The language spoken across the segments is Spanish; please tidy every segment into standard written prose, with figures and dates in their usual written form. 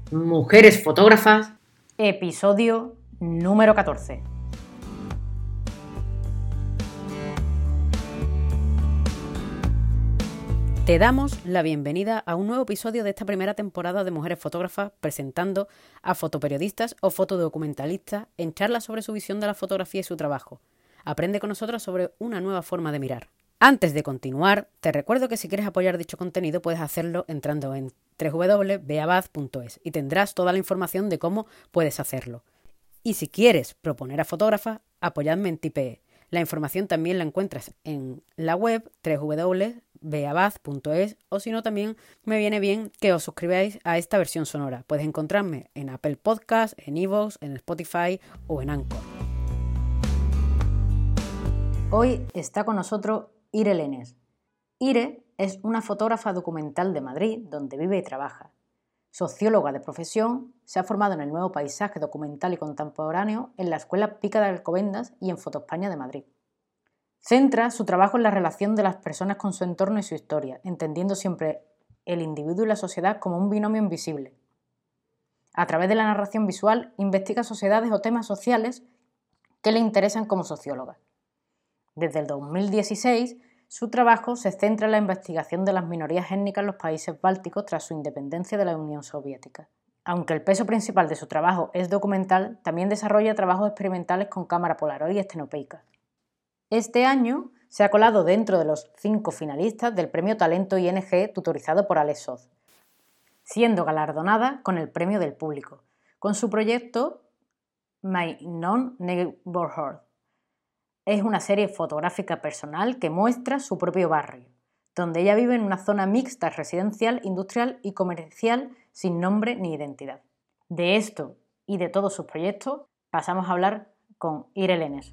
Mujeres fotógrafas. Episodio número 14. Te damos la bienvenida a un nuevo episodio de esta primera temporada de Mujeres Fotógrafas, presentando a fotoperiodistas o fotodocumentalistas en charlas sobre su visión de la fotografía y su trabajo. Aprende con nosotros sobre una nueva forma de mirar. Antes de continuar, te recuerdo que si quieres apoyar dicho contenido puedes hacerlo entrando en www.beabaz.es y tendrás toda la información de cómo puedes hacerlo. Y si quieres proponer a fotógrafas, apoyadme en Tipeee. La información también la encuentras en la web www.beabaz.es, o si no también me viene bien que os suscribáis a esta versión sonora. Puedes encontrarme en Apple Podcasts, en iVoox, en Spotify o en Anchor. Hoy está con nosotros Ire Lenes. Ire es una fotógrafa documental de Madrid, donde vive y trabaja. Socióloga de profesión, se ha formado en el nuevo paisaje documental y contemporáneo en la Escuela Pica de Alcobendas y en Fotoespaña de Madrid. Centra su trabajo en la relación de las personas con su entorno y su historia, entendiendo siempre el individuo y la sociedad como un binomio invisible. A través de la narración visual, investiga sociedades o temas sociales que le interesan como socióloga. Desde el 2016, su trabajo se centra en la investigación de las minorías étnicas en los países bálticos tras su independencia de la Unión Soviética. Aunque el peso principal de su trabajo es documental, también desarrolla trabajos experimentales con cámara Polaroid y estenopeica. Este año se ha colado dentro de los 5 finalistas del Premio Talento ING tutorizado por Alex Soz, siendo galardonada con el Premio del Público, con su proyecto My Non-Neighborhood. Es una serie fotográfica personal que muestra su propio barrio, donde ella vive en una zona mixta residencial, industrial y comercial sin nombre ni identidad. De esto y de todos sus proyectos pasamos a hablar con Ire Lenes.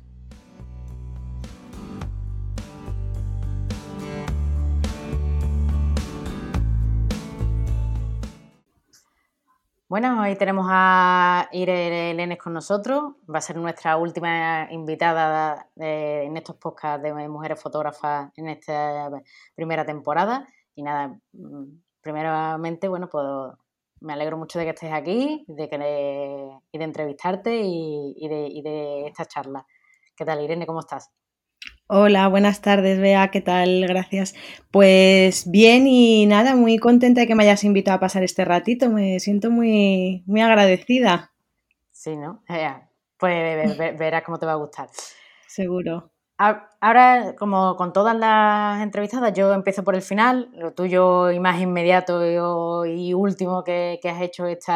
Bueno, hoy tenemos a Ire Lenes con nosotros. Va a ser nuestra última invitada en estos podcasts de Mujeres Fotógrafas en esta primera temporada. Y nada, primeramente, bueno, pues me alegro mucho de que estés aquí y de entrevistarte y de esta charla. ¿Qué tal, Irene? ¿Cómo estás? Hola, buenas tardes, Bea, ¿qué tal? Gracias. Pues bien y nada, muy contenta de que me hayas invitado a pasar este ratito, me siento muy, muy agradecida. Sí, ¿no? Pues verás cómo te va a gustar. Seguro. Ahora, como con todas las entrevistadas, yo empiezo por el final, lo tuyo y más inmediato y último que has hecho este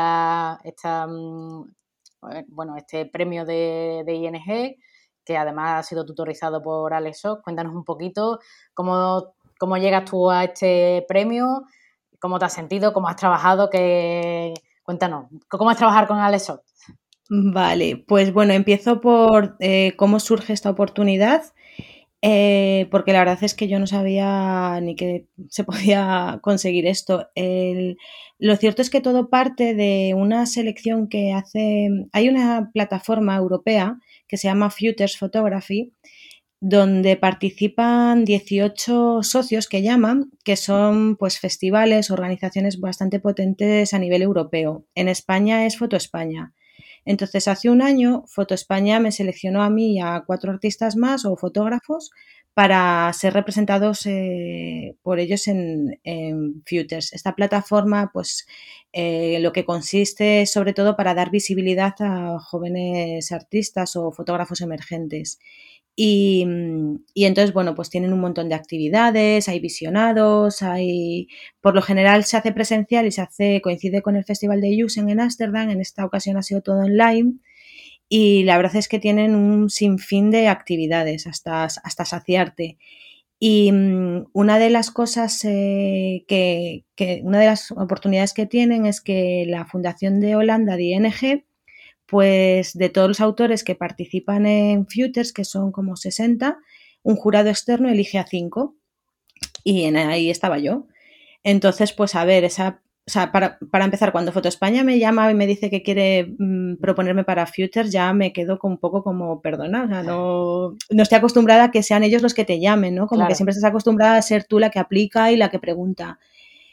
premio de ING, que además ha sido tutorizado por Alex Soz. Cuéntanos un poquito cómo llegas tú a este premio, cómo te has sentido, cómo has trabajado, cuéntanos, ¿cómo es trabajar con Alex Soz? Vale, pues bueno, empiezo por cómo surge esta oportunidad, porque la verdad es que yo no sabía ni que se podía conseguir esto. Lo cierto es que todo parte de una selección que hay una plataforma europea que se llama Futures Photography, donde participan 18 socios que llaman, que son pues festivales, organizaciones bastante potentes a nivel europeo. En España es Fotoespaña. Entonces, hace un año, Fotoespaña me seleccionó a mí y a 4 artistas más o fotógrafos para ser representados por ellos en Futures. Esta plataforma, pues, lo que consiste es sobre todo para dar visibilidad a jóvenes artistas o fotógrafos emergentes. Y entonces, bueno, pues tienen un montón de actividades, hay visionados, por lo general se hace presencial y coincide con el Festival de Yusen en Ámsterdam. En esta ocasión ha sido todo online y la verdad es que tienen un sinfín de actividades hasta saciarte. Y una de las cosas una de las oportunidades que tienen es que la Fundación de Holanda de ING, pues de todos los autores que participan en Futures, que son como 60, un jurado externo elige a 5 y ahí estaba yo. Entonces, pues a ver, para empezar, cuando Fotoespaña me llama y me dice que quiere proponerme para Futures, ya me quedo un poco como, perdona, o sea, no estoy acostumbrada a que sean ellos los que te llamen, ¿no? Como Claro. que siempre estás acostumbrada a ser tú la que aplica y la que pregunta.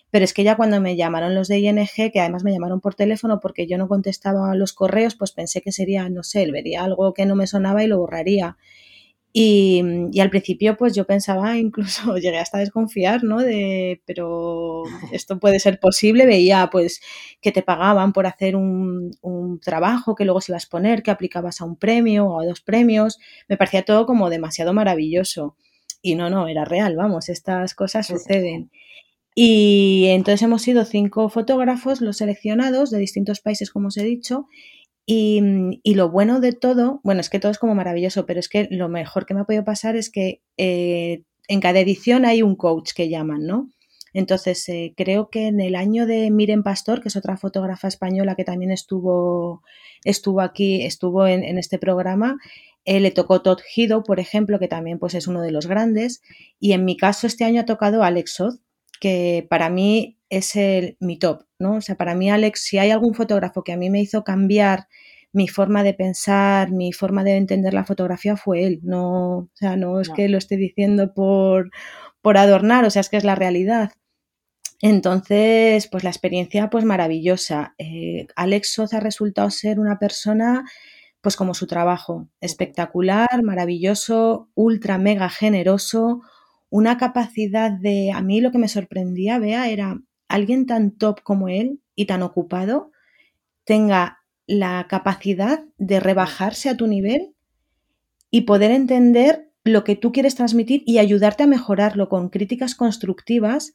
Pero es que ya cuando me llamaron los de ING, que además me llamaron por teléfono porque yo no contestaba los correos, pues pensé que sería, no sé, vería algo que no me sonaba y lo borraría. Y al principio pues yo pensaba, incluso llegué hasta a desconfiar, ¿no? Pero esto puede ser posible. Veía pues que te pagaban por hacer un trabajo que luego se iba a exponer, que aplicabas a un premio o a 2 premios. Me parecía todo como demasiado maravilloso. Y no, era real, vamos, estas cosas Sí, sí. suceden. Y entonces hemos sido 5 fotógrafos los seleccionados de distintos países, como os he dicho, y lo bueno de todo, bueno, es que todo es como maravilloso, pero es que lo mejor que me ha podido pasar es que en cada edición hay un coach que llaman, ¿no? Entonces, creo que en el año de Miren Pastor, que es otra fotógrafa española que también estuvo aquí, estuvo en este programa, le tocó Todd Hido, por ejemplo, que también pues, es uno de los grandes, y en mi caso este año ha tocado Alex Soth, que para mí es mi top, ¿no? O sea, para mí Alex, si hay algún fotógrafo que a mí me hizo cambiar mi forma de pensar, mi forma de entender la fotografía fue él. No, o sea, no es que lo esté diciendo por adornar, o sea, es que es la realidad. Entonces, pues la experiencia, pues maravillosa. Alex Soz ha resultado ser una persona, pues como su trabajo, espectacular, maravilloso, ultra mega generoso, una capacidad de, a mí lo que me sorprendía, Bea, era alguien tan top como él y tan ocupado, tenga la capacidad de rebajarse a tu nivel y poder entender lo que tú quieres transmitir y ayudarte a mejorarlo con críticas constructivas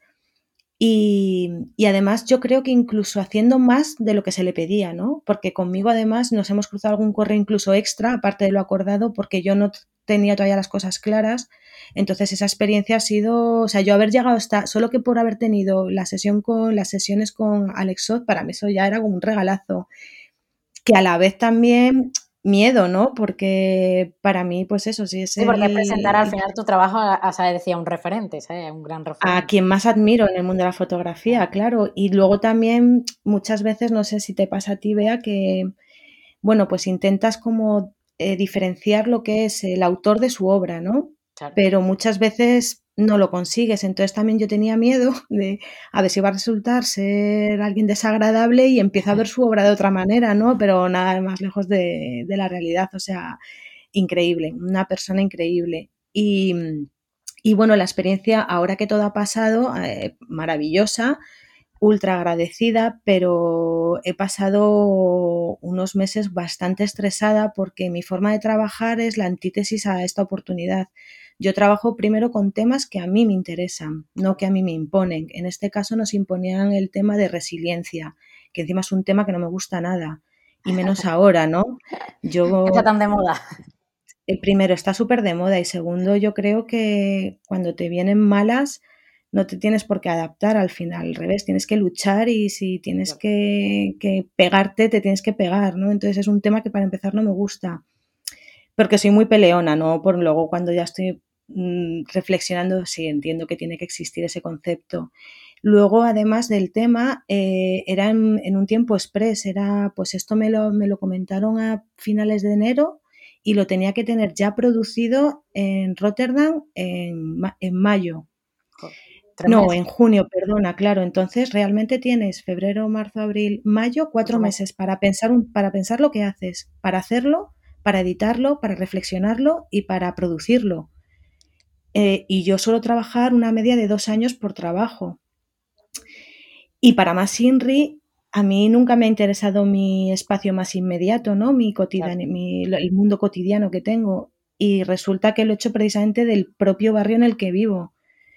y además yo creo que incluso haciendo más de lo que se le pedía, ¿no? Porque conmigo además nos hemos cruzado algún correo incluso extra, aparte de lo acordado, porque yo no tenía todavía las cosas claras. Entonces esa experiencia ha sido, o sea, yo haber llegado hasta, solo que por haber tenido las sesiones con Alex Soth, para mí eso ya era como un regalazo. Que a la vez también miedo, ¿no? Porque para mí, pues eso, sí es Sí, porque presentar al final tu trabajo a decía un referente, ¿sabes? Un gran a referente. quien más admiro en el mundo de la fotografía, claro. Y luego también muchas veces, no sé si te pasa a ti, Bea, que, bueno, pues intentas como diferenciar lo que es el autor de su obra, ¿no? Claro. Pero muchas veces no lo consigues. Entonces también yo tenía miedo de a ver si va a resultar ser alguien desagradable y empiezo a ver su obra de otra manera, ¿no? Pero nada más lejos de la realidad. O sea, increíble, una persona increíble. Y bueno, la experiencia, ahora que todo ha pasado, maravillosa, ultra agradecida, pero he pasado unos meses bastante estresada porque mi forma de trabajar es la antítesis a esta oportunidad. Yo trabajo primero con temas que a mí me interesan, no que a mí me imponen. En este caso nos imponían el tema de resiliencia, que encima es un tema que no me gusta nada, y menos ahora, ¿no? Está Yo tan de moda. primero, está súper de moda y segundo, yo creo que cuando te vienen malas no te tienes por qué adaptar al final, al revés, tienes que luchar y si tienes que pegarte, te tienes que pegar, ¿no? Entonces es un tema que para empezar no me gusta, porque soy muy peleona, ¿no? Por luego cuando ya estoy reflexionando, sí, entiendo que tiene que existir ese concepto. Luego, además del tema, era en un tiempo express, era, pues esto me lo comentaron a finales de enero y lo tenía que tener ya producido en Rotterdam en mayo. Joder, 3 No, meses, en junio, perdona, claro. Entonces, realmente tienes febrero, marzo, abril, mayo, 4 4 meses. meses para pensar lo que haces, para hacerlo, para editarlo, para reflexionarlo y para producirlo. Y yo suelo trabajar una media de 2 años por trabajo. Y para más INRI, a mí nunca me ha interesado mi espacio más inmediato, ¿no? Claro. El mundo cotidiano que tengo. Y resulta que lo he hecho precisamente del propio barrio en el que vivo.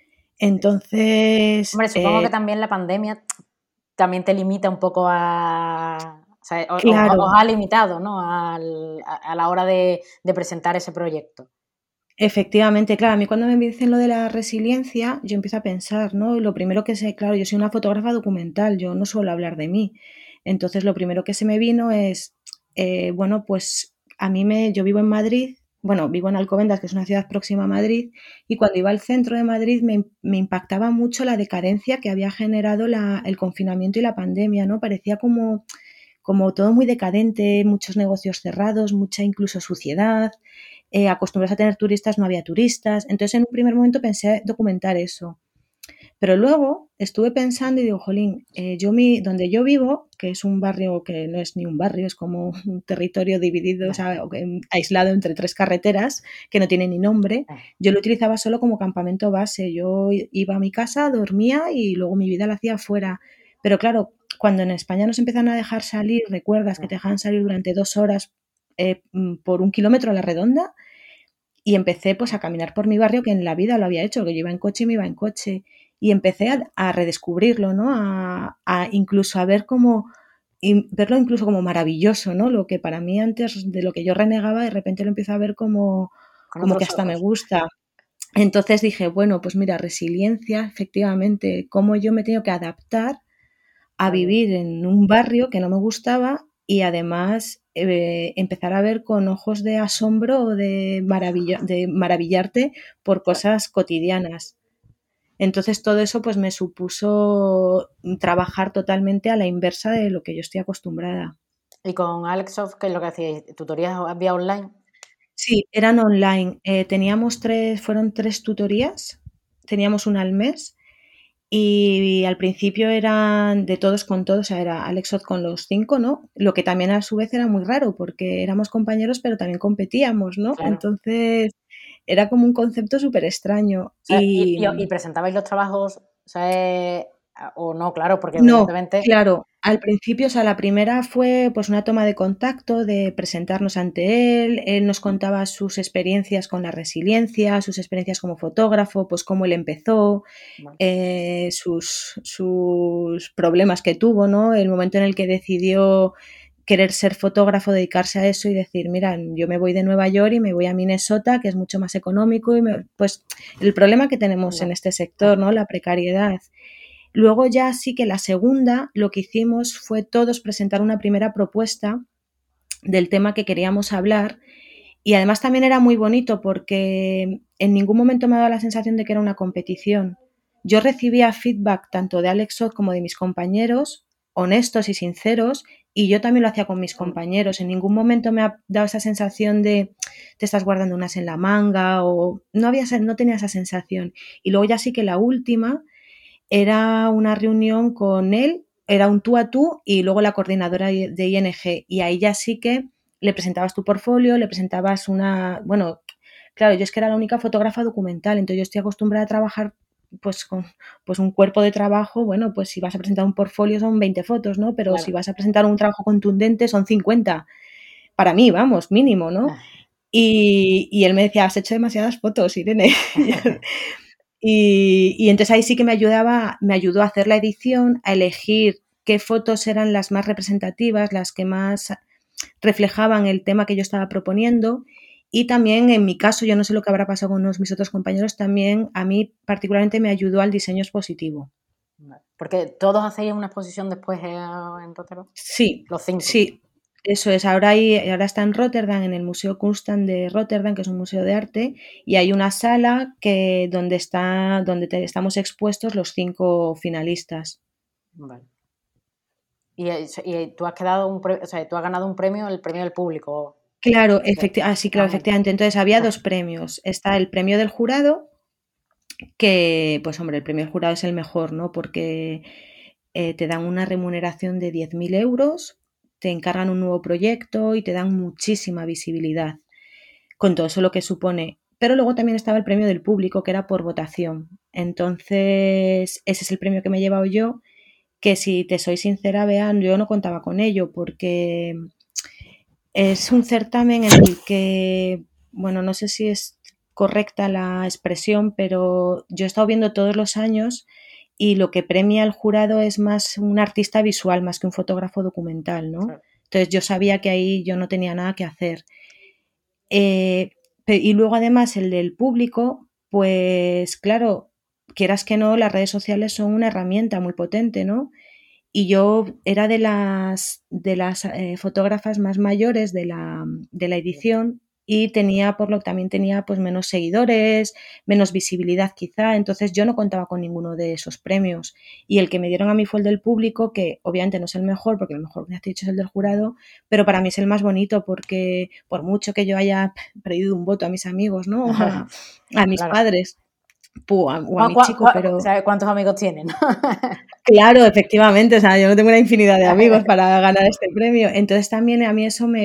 Entonces, Hombre, supongo que también la pandemia también te limita un poco a... O sea, os claro, ha limitado, ¿no? A la hora de presentar ese proyecto. efectivamente, claro, a mí cuando me dicen lo de la resiliencia, yo empiezo a pensar, ¿no? Y lo primero que sé, claro, yo soy una fotógrafa documental, yo no suelo hablar de mí. Entonces, lo primero que se me vino es, bueno, pues yo vivo en Madrid, bueno, vivo en Alcobendas, que es una ciudad próxima a Madrid, y cuando iba al centro de Madrid me impactaba mucho la decadencia que había generado el confinamiento y la pandemia, ¿no? Parecía como todo muy decadente, muchos negocios cerrados, mucha incluso suciedad, acostumbrados a tener turistas, no había turistas. Entonces, en un primer momento pensé documentar eso. Pero luego estuve pensando y digo, jolín, donde yo vivo, que es un barrio que no es ni un barrio, es como un territorio dividido, o sea, aislado entre 3 carreteras, que no tiene ni nombre, yo lo utilizaba solo como campamento base. Yo iba a mi casa, dormía y luego mi vida la hacía afuera. Pero claro, cuando en España nos empiezan a dejar salir, recuerdas que te dejan salir durante 2 horas por 1 kilómetro a la redonda, y empecé pues a caminar por mi barrio, que en la vida lo había hecho, que yo iba en coche y me iba en coche, y empecé a redescubrirlo, ¿no? A incluso a ver como, verlo incluso como maravilloso, ¿no? Lo que para mí antes, de lo que yo renegaba, de repente lo empiezo a ver Con como que otros hasta me ojos. gusta. Entonces dije, bueno, pues mira, resiliencia, efectivamente, cómo yo me he tenido que adaptar a vivir en un barrio que no me gustaba y además empezar a ver con ojos de asombro o de maravillarte por cosas cotidianas. Entonces todo eso pues me supuso trabajar totalmente a la inversa de lo que yo estoy acostumbrada. Y con Alexsoft, ¿qué es lo que hacíais? ¿Tutorías vía online? Sí, eran online. Fueron 3 tutorías, teníamos una al mes. Y al principio eran de todos con todos, o sea, era Alexot con los 5, ¿no? Lo que también a su vez era muy raro, porque éramos compañeros, pero también competíamos, ¿no? Claro. Entonces era como un concepto súper extraño. O sea, y presentabais los trabajos, o sea, o no, claro, porque No, evidentemente. claro, al principio, o sea, la primera fue pues una toma de contacto, de presentarnos ante él nos contaba sus experiencias con la resiliencia, sus experiencias como fotógrafo, pues cómo él empezó, Bueno, sus problemas que tuvo, ¿no? El momento en el que decidió querer ser fotógrafo, dedicarse a eso y decir, mira, yo me voy de Nueva York y me voy a Minnesota, que es mucho más económico, pues el problema que tenemos en este sector, ¿no? La precariedad. Luego ya sí que la segunda, lo que hicimos fue todos presentar una primera propuesta del tema que queríamos hablar, y además también era muy bonito porque en ningún momento me daba la sensación de que era una competición. Yo recibía feedback tanto de Alex Oz como de mis compañeros, honestos y sinceros, y yo también lo hacía con mis compañeros. En ningún momento me ha dado esa sensación de te estás guardando unas en la manga, o no tenía esa sensación. Y luego ya sí que la última era una reunión con él, era un tú a tú y luego la coordinadora de ING, y ahí ya sí que le presentabas tu portfolio, le presentabas bueno, claro, yo es que era la única fotógrafa documental, entonces yo estoy acostumbrada a trabajar pues con pues un cuerpo de trabajo, bueno, pues si vas a presentar un portfolio son 20 fotos, ¿no? Pero si claro. vas a presentar un trabajo contundente son 50, para mí, vamos, mínimo, ¿no? Y él me decía, has hecho demasiadas fotos, Irene. Y entonces ahí sí que me ayudó a hacer la edición, a elegir qué fotos eran las más representativas, las que más reflejaban el tema que yo estaba proponiendo. Y también en mi caso, yo no sé lo que habrá pasado con mis otros compañeros, también a mí particularmente me ayudó al diseño expositivo. Porque todos hacéis una exposición después en Rotterdam. Sí, Los 5. sí, eso es. Ahora está en Rotterdam, en el Museo Kunsthalle de Rotterdam, que es un museo de arte, y hay una sala donde estamos expuestos los 5 finalistas. Vale. Y tú has quedado o sea, tú has ganado un premio, el premio del público. Claro, sí, claro, Vamos. efectivamente. Entonces había 2 premios. Está el premio del jurado, que, pues hombre, el premio del jurado es el mejor, ¿no? Porque te dan una remuneración de 10.000 euros, te encargan un nuevo proyecto y te dan muchísima visibilidad, con todo eso lo que supone. Pero luego también estaba el premio del público, que era por votación. Entonces, ese es el premio que me he llevado yo, que si te soy sincera, vean, yo no contaba con ello, porque es un certamen en el que, bueno, no sé si es correcta la expresión, pero yo he estado viendo todos los años y lo que premia al jurado es más un artista visual, más que un fotógrafo documental, ¿no? Claro. Entonces yo sabía que ahí yo no tenía nada que hacer. Y luego además el del público, pues claro, quieras que no, las redes sociales son una herramienta muy potente, ¿no? Y yo era de las fotógrafas más mayores de la edición, y también tenía pues menos seguidores, menos visibilidad quizá, entonces yo no contaba con ninguno de esos premios. Y el que me dieron a mí fue el del público, que obviamente no es el mejor, porque el mejor, ya te he dicho, es el del jurado, pero para mí es el más bonito, porque por mucho que yo haya perdido un voto a mis amigos, ¿no? A mis Claro. padres, O a mi chico, pero... ¿Sabes cuántos amigos tienen? Claro, efectivamente, o sea, yo no tengo una infinidad de amigos para ganar este premio. Entonces también a mí eso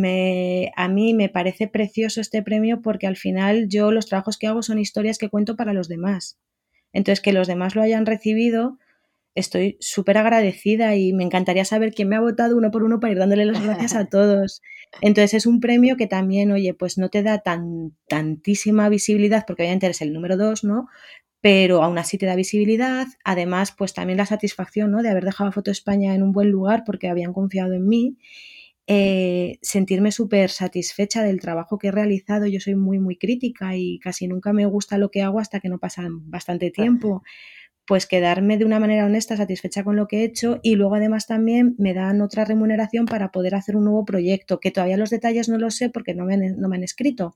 a mí me parece precioso este premio porque al final yo los trabajos que hago son historias que cuento para los demás. Entonces que los demás lo hayan recibido, estoy súper agradecida y me encantaría saber quién me ha votado uno por uno para ir dándole las gracias a todos. Entonces es un premio que también, oye, pues no te da tantísima visibilidad porque obviamente eres el número 2, ¿no? Pero aún así te da visibilidad. Además, pues también la satisfacción, ¿no?, de haber dejado a Foto España en un buen lugar porque habían confiado en mí. Sentirme súper satisfecha del trabajo que he realizado. Yo soy muy, muy crítica y casi nunca me gusta lo que hago hasta que no pasa bastante tiempo. Pues quedarme de una manera honesta, satisfecha con lo que he hecho y luego además también me dan otra remuneración para poder hacer un nuevo proyecto, que todavía los detalles no los sé porque no me han escrito,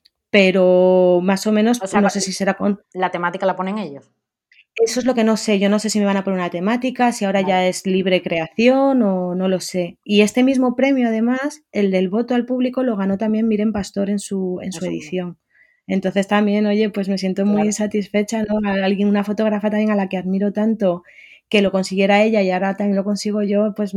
pero más o menos O sea, no sé si será con... la temática la ponen ellos. Eso es lo que no sé, yo no sé si me van a poner una temática, si ahora ya es libre creación o no lo sé. Y este mismo premio, además, el del voto al público, lo ganó también Miren Pastor en su edición. Entonces también, oye, pues me siento muy satisfecha, ¿no? Una fotógrafa también a la que admiro tanto, que lo consiguiera ella y ahora también lo consigo yo, pues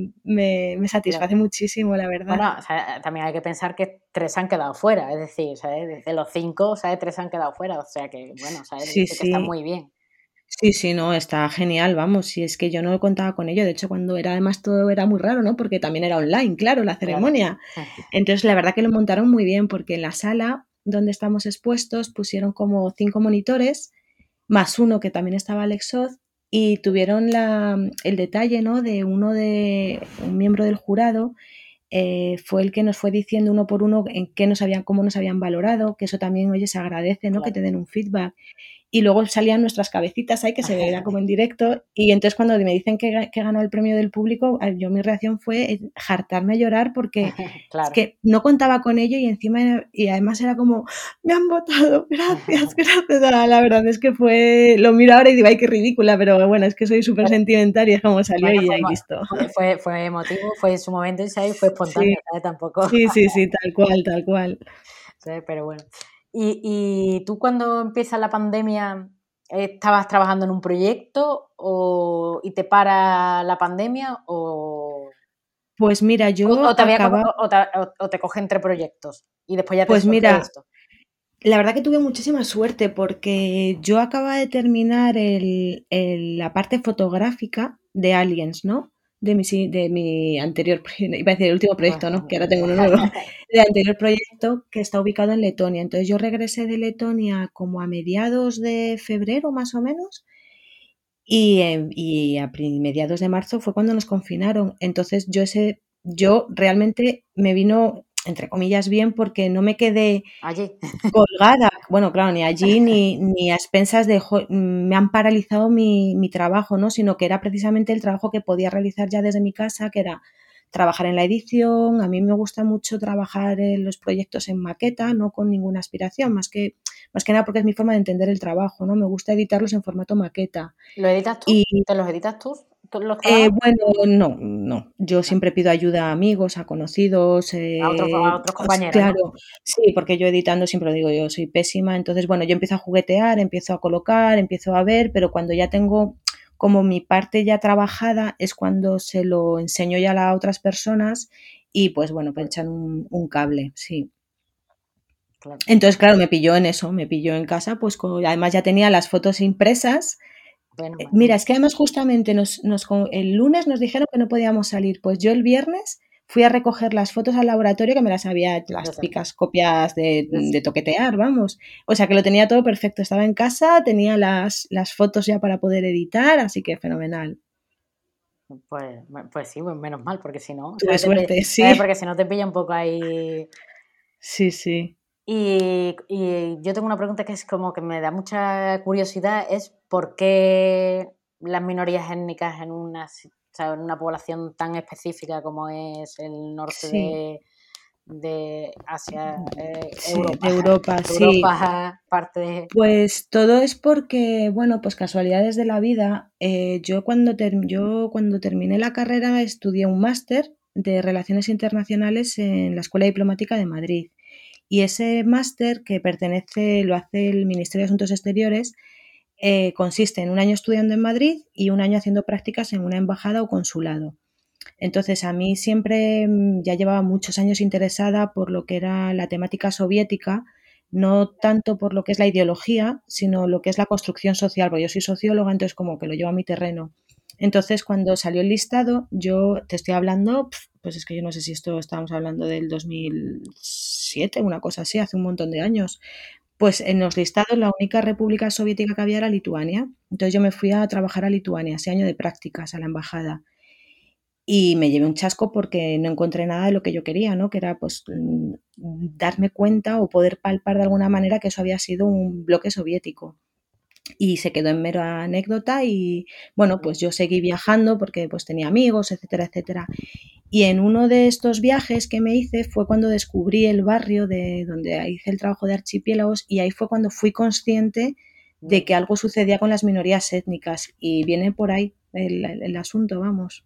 me satisface muchísimo, la verdad. Bueno, o sea, también hay que pensar que 3 han quedado fuera, es decir, ¿sabes? De los 5, ¿sabes? 3 han quedado fuera, o sea que, bueno, ¿sabes? Sí, Que está muy bien. Sí, no, está genial, vamos, si es que yo no contaba con ello, de hecho cuando era, además todo era muy raro, ¿no? Porque también era online, claro, la ceremonia. Claro. Entonces la verdad que lo montaron muy bien porque en la sala donde estamos expuestos pusieron como 5 monitores, más uno que también estaba Alex Oz, y tuvieron el detalle, ¿no?, de un miembro del jurado, fue el que nos fue diciendo uno por uno cómo nos habían valorado, que eso también, oye, se agradece, ¿no?, que te den un feedback. Y luego salían nuestras cabecitas ahí, que se veía como en directo, y entonces cuando me dicen que ganó el premio del público, yo mi reacción fue jartarme a llorar porque es que no contaba con ello y encima, y además era como, me han votado, gracias. La verdad es que lo miro ahora y digo, ay, qué ridícula, pero bueno, es que soy súper sentimental y es como salió y ahí listo. Fue emotivo, fue en su momento, ¿sabes? Fue espontáneo, ¿sabes? Tampoco. Sí, tal cual. ¿Sabes? Pero bueno. ¿Y tú cuando empieza la pandemia estabas trabajando en un proyecto y te para la pandemia o...? Pues mira, yo o te coge entre proyectos y después ya te surge esto. La verdad que tuve muchísima suerte porque yo acababa de terminar la parte fotográfica de Aliens, ¿no? De mi anterior, iba a decir el último proyecto, ¿no? Que ahora tengo uno nuevo. El anterior proyecto que está ubicado en Letonia. Entonces yo regresé de Letonia como a mediados de febrero más o menos y a mediados de marzo fue cuando nos confinaron. Entonces yo realmente me vino, entre comillas, bien porque no me quedé allí colgada. Bueno, claro, ni allí ni a expensas me han paralizado mi trabajo, ¿no? Sino que era precisamente el trabajo que podía realizar ya desde mi casa, que era trabajar en la edición. A mí me gusta mucho trabajar en los proyectos en maqueta, no con ninguna aspiración, más que nada porque es mi forma de entender el trabajo, ¿no? Me gusta editarlos en formato maqueta. ¿Lo editas tú? ¿Te los editas tú? Bueno, no. Yo siempre pido ayuda a amigos, a conocidos. A otros compañeros, claro, ¿no? sí, porque yo editando siempre lo digo, yo soy pésima. Entonces, bueno, yo empiezo a juguetear, empiezo a colocar, empiezo a ver, pero cuando ya tengo como mi parte ya trabajada es cuando se lo enseño ya a otras personas y pues bueno, pues echan un cable, sí. Claro. Entonces, claro, me pilló en eso, me pilló en casa, pues además ya tenía las fotos impresas. Bueno. Mira, es que además justamente el lunes nos dijeron que no podíamos salir, pues yo el viernes fui a recoger las fotos al laboratorio que me las había, las típicas copias de toquetear, vamos. O sea que lo tenía todo perfecto, estaba en casa, tenía las fotos ya para poder editar, así que fenomenal. Pues sí, pues menos mal, porque si no... Tuve suerte, sí. Porque si no te pilla un poco ahí... Sí. Y yo tengo una pregunta que es como que me da mucha curiosidad, es ¿por qué las minorías étnicas en una población tan específica como es el norte de Asia, Europa, sí. parte de... Pues todo es porque, bueno, pues casualidades de la vida. Yo cuando terminé la carrera estudié un máster de Relaciones Internacionales en la Escuela Diplomática de Madrid. Y ese máster que lo hace el Ministerio de Asuntos Exteriores, consiste en un año estudiando en Madrid y un año haciendo prácticas en una embajada o consulado. Entonces, a mí siempre ya llevaba muchos años interesada por lo que era la temática soviética, no tanto por lo que es la ideología, sino lo que es la construcción social, porque yo soy socióloga, entonces como que lo llevo a mi terreno. Entonces, cuando salió el listado, yo te estoy hablando, pues es que yo no sé si esto estábamos hablando del 2007, una cosa así, hace un montón de años. Pues en los listados la única república soviética que había era Lituania. Entonces yo me fui a trabajar a Lituania, ese año de prácticas a la embajada. Y me llevé un chasco porque no encontré nada de lo que yo quería, ¿no? Que era pues darme cuenta o poder palpar de alguna manera que eso había sido un bloque soviético. Y se quedó en mera anécdota y bueno, pues yo seguí viajando porque pues tenía amigos, etcétera, etcétera. Y en uno de estos viajes que me hice fue cuando descubrí el barrio de donde hice el trabajo de archipiélagos y ahí fue cuando fui consciente de que algo sucedía con las minorías étnicas y viene por ahí el asunto, vamos.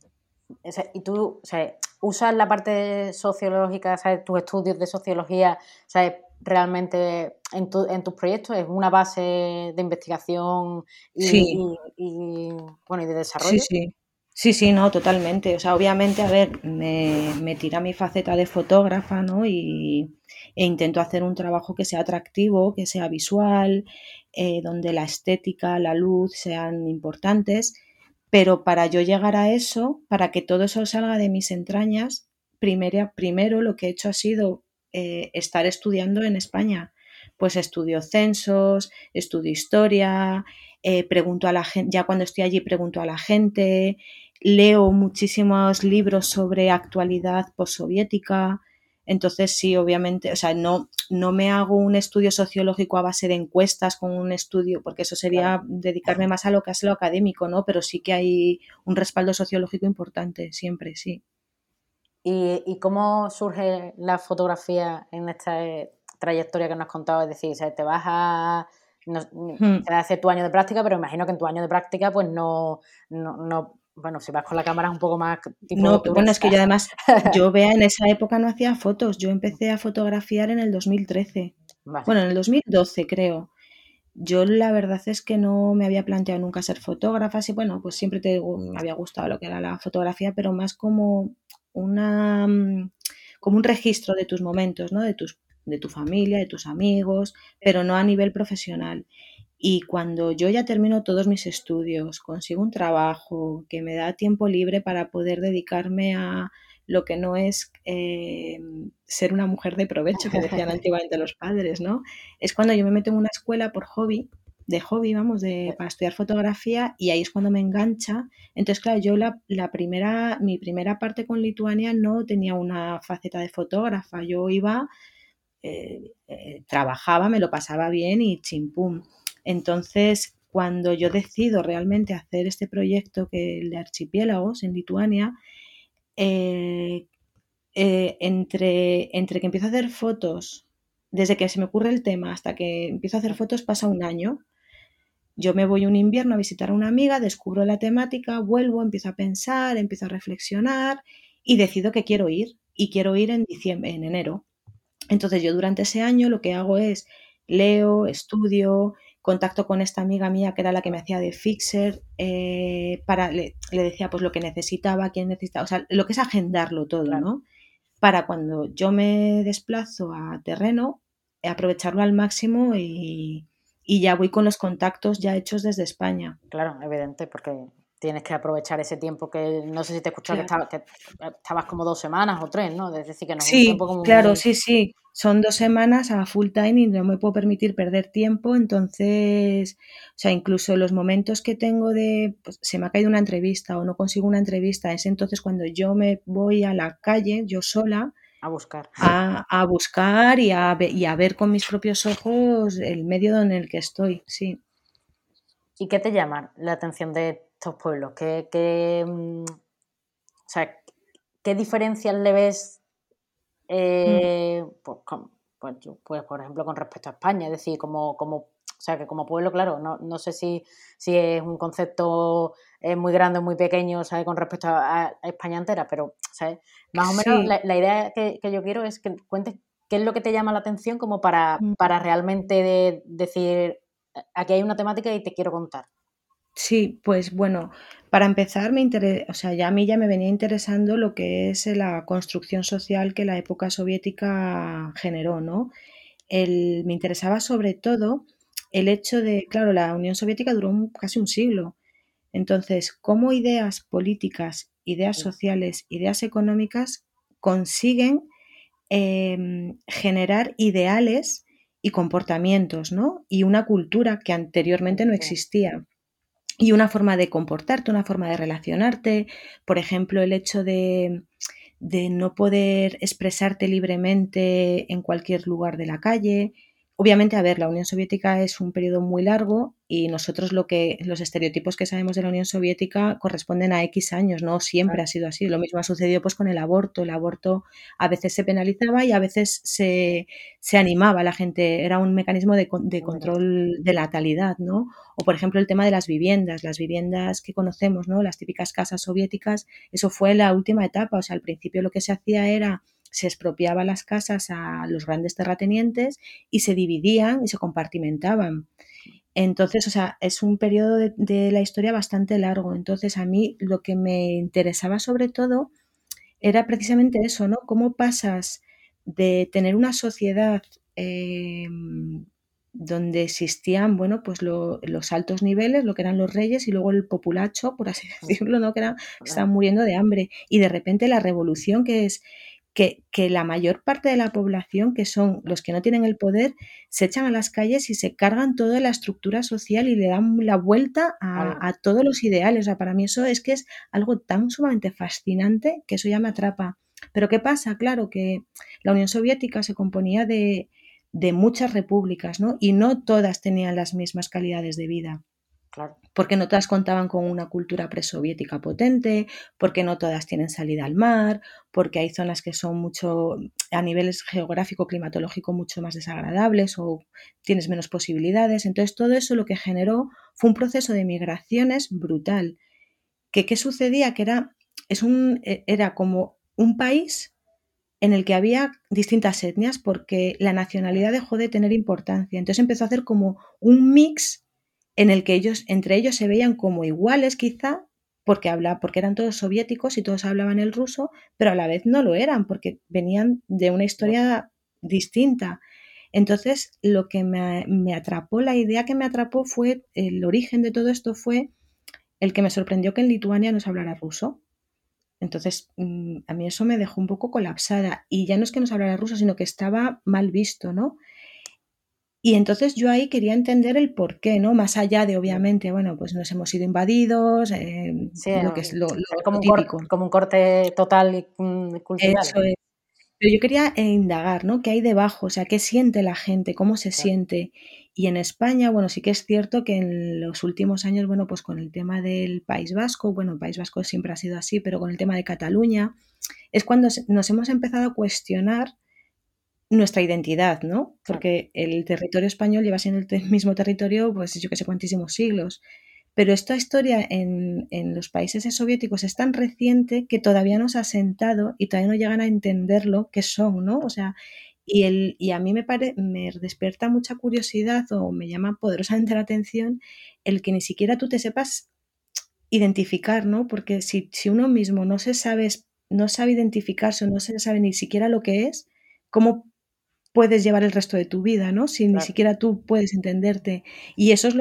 Y tú, usas la parte sociológica, ¿sabes? Tus estudios de sociología, ¿sabes? Realmente en tus proyectos es una base de investigación Sí, bueno, y de sí, desarrollo. sí. Sí, sí, no, totalmente. O sea, obviamente, a ver, me tira mi faceta de fotógrafa, ¿no? E intento hacer un trabajo que sea atractivo, que sea visual, donde la estética, la luz sean importantes. Pero para yo llegar a eso, para que todo eso salga de mis entrañas, primero lo que he hecho ha sido estar estudiando en España. Pues estudio censos, estudio historia, pregunto a la gente, ya cuando estoy allí pregunto a la gente, leo muchísimos libros sobre actualidad postsoviética. Entonces, sí, obviamente, o sea, no me hago un estudio sociológico a base de encuestas con un estudio, porque eso sería dedicarme más a lo que es lo académico, ¿no? Pero sí que hay un respaldo sociológico importante, siempre, sí. ¿Y cómo surge la fotografía en esta trayectoria que nos has contado? Es decir, te vas a... No, Hmm. te hace tu año de práctica, pero imagino que en tu año de práctica pues no bueno, si vas con la cámara es un poco más tipo No, bueno, es que turista. yo además, vea, en esa época no hacía fotos, yo empecé a fotografiar en el 2013, Vale. bueno, en el 2012 creo. Yo la verdad es que no me había planteado nunca ser fotógrafa, y bueno, pues siempre me había gustado lo que era la fotografía, pero más como una como un registro de tus momentos, ¿no? De tu familia, de tus amigos, pero no a nivel profesional. Y cuando yo ya termino todos mis estudios, consigo un trabajo que me da tiempo libre para poder dedicarme a lo que no es ser una mujer de provecho, que decían antiguamente los padres, ¿no? Es cuando yo me meto en una escuela por hobby, de hobby, vamos, para estudiar fotografía, y ahí es cuando me engancha. Entonces, claro, yo mi primera parte con Lituania no tenía una faceta de fotógrafa, yo iba, trabajaba, me lo pasaba bien y chimpum. Entonces, cuando yo decido realmente hacer este proyecto el de archipiélagos en Lituania, eh, entre que empiezo a hacer fotos, desde que se me ocurre el tema hasta que empiezo a hacer fotos pasa un año. Yo me voy un invierno a visitar a una amiga, descubro la temática, vuelvo, empiezo a pensar, empiezo a reflexionar y decido que quiero ir. Y quiero ir en diciembre, en enero. Entonces yo durante ese año lo que hago es leo, estudio, contacto con esta amiga mía que era la que me hacía de fixer, le decía pues lo que necesitaba, quién necesitaba, o sea, lo que es agendarlo todo, Claro. ¿no? Para cuando yo me desplazo a terreno, aprovecharlo al máximo y ya voy con los contactos ya hechos desde España. Claro, evidente, porque tienes que aprovechar ese tiempo que no sé si te he escuchado Claro. que estabas como 2 semanas o 3, ¿no? Es decir, que no es un Sí, tiempo como claro, muy... sí, sí. Son 2 semanas a full time y no me puedo permitir perder tiempo. Entonces, o sea, incluso los momentos que tengo de, pues, se me ha caído una entrevista o no consigo una entrevista, es entonces cuando yo me voy a la calle, yo sola, A buscar. a buscar y a ver con mis propios ojos el medio en el que estoy, sí. ¿Y qué te llama la atención de estos pueblos? O sea, ¿qué diferencias le ves, Mm, pues, por ejemplo, con respecto a España? Es decir, o sea, que como pueblo, claro, no sé si es un concepto muy grande o muy pequeño, ¿sabes? Con respecto a España entera, pero, ¿sabes? Más o menos sí. la idea que yo quiero es que cuentes ¿Qué es lo que te llama la atención como Mm. para realmente decir, aquí hay una temática y te quiero contar? Sí, pues bueno, para empezar o sea, ya a mí ya me venía interesando lo que es la construcción social que la época soviética generó, ¿no? Me interesaba sobre todo el hecho de, claro, la Unión Soviética duró casi un siglo. Entonces, cómo ideas políticas, ideas sociales, ideas económicas consiguen generar ideales y comportamientos, ¿no? Y una cultura que anteriormente no existía. Y una forma de comportarte, una forma de relacionarte, por ejemplo, el hecho de no poder expresarte libremente en cualquier lugar de la calle. Obviamente, a ver, la Unión Soviética es un periodo muy largo y nosotros los estereotipos que sabemos de la Unión Soviética corresponden a X años, no siempre Claro. ha sido así. Lo mismo ha sucedido pues con el aborto. El aborto a veces se penalizaba y a veces se animaba a la gente. Era un mecanismo de control de la natalidad, ¿no? O, por ejemplo, el tema de las viviendas que conocemos, ¿no? Las típicas casas soviéticas, eso fue la última etapa. O sea, al principio lo que se hacía era se expropiaba las casas a los grandes terratenientes y se dividían y se compartimentaban. Entonces, o sea, es un periodo de la historia bastante largo. Entonces, a mí lo que me interesaba sobre todo era precisamente eso, ¿no? Cómo pasas de tener una sociedad donde existían, bueno, pues los altos niveles, lo que eran los reyes, y luego el populacho, por así decirlo, ¿no? Que estaban muriendo de hambre. Y de repente la revolución que es que la mayor parte de la población, que son los que no tienen el poder, se echan a las calles y se cargan toda la estructura social y le dan la vuelta a todos los ideales. O sea, para mí eso es que es algo tan sumamente fascinante que eso ya me atrapa. Pero ¿qué pasa? Claro que la Unión Soviética se componía de muchas repúblicas, ¿no? Y no todas tenían las mismas calidades de vida. Claro. Porque no todas contaban con una cultura presoviética potente, porque no todas tienen salida al mar, porque hay zonas que son mucho, a nivel geográfico, climatológico, mucho más desagradables o tienes menos posibilidades. Entonces, todo eso lo que generó fue un proceso de migraciones brutal. ¿Qué sucedía? Que era como un país en el que había distintas etnias porque la nacionalidad dejó de tener importancia. Entonces empezó a hacer como un mix en el que entre ellos se veían como iguales quizá, porque eran todos soviéticos y todos hablaban el ruso, pero a la vez no lo eran porque venían de una historia distinta. Entonces, lo que me atrapó, la idea que me atrapó fue, el origen de todo esto fue el que me sorprendió que en Lituania no se hablara ruso. Entonces, a mí eso me dejó un poco colapsada. Y ya no es que no se hablara ruso, sino que estaba mal visto, ¿no? Y entonces yo ahí quería entender el por qué, ¿no? Más allá de, obviamente, bueno, pues nos hemos sido invadidos, Sí, lo que es lo como típico. como un corte total y, cultural. Eso es. Pero yo quería indagar, ¿no? ¿Qué hay debajo? O sea, ¿qué siente la gente? ¿Cómo se Claro. siente? Y en España, bueno, sí que es cierto que en los últimos años, bueno, pues con el tema del País Vasco, bueno, el País Vasco siempre ha sido así, pero con el tema de Cataluña, es cuando nos hemos empezado a cuestionar nuestra identidad, ¿no? Claro. Porque el territorio español lleva siendo el mismo territorio, pues yo que sé cuantísimos siglos. Pero esta historia en los países soviéticos es tan reciente que todavía no se ha sentado y todavía no llegan a entenderlo qué son, ¿no? O sea, y a mí me despierta mucha curiosidad o me llama poderosamente la atención el que ni siquiera tú te sepas identificar, ¿no? Porque si uno mismo no sabe identificarse o no se sabe ni siquiera lo que es, ¿cómo puedes llevar el resto de tu vida, ¿no? Si ni Claro. siquiera tú puedes entenderte. Y eso es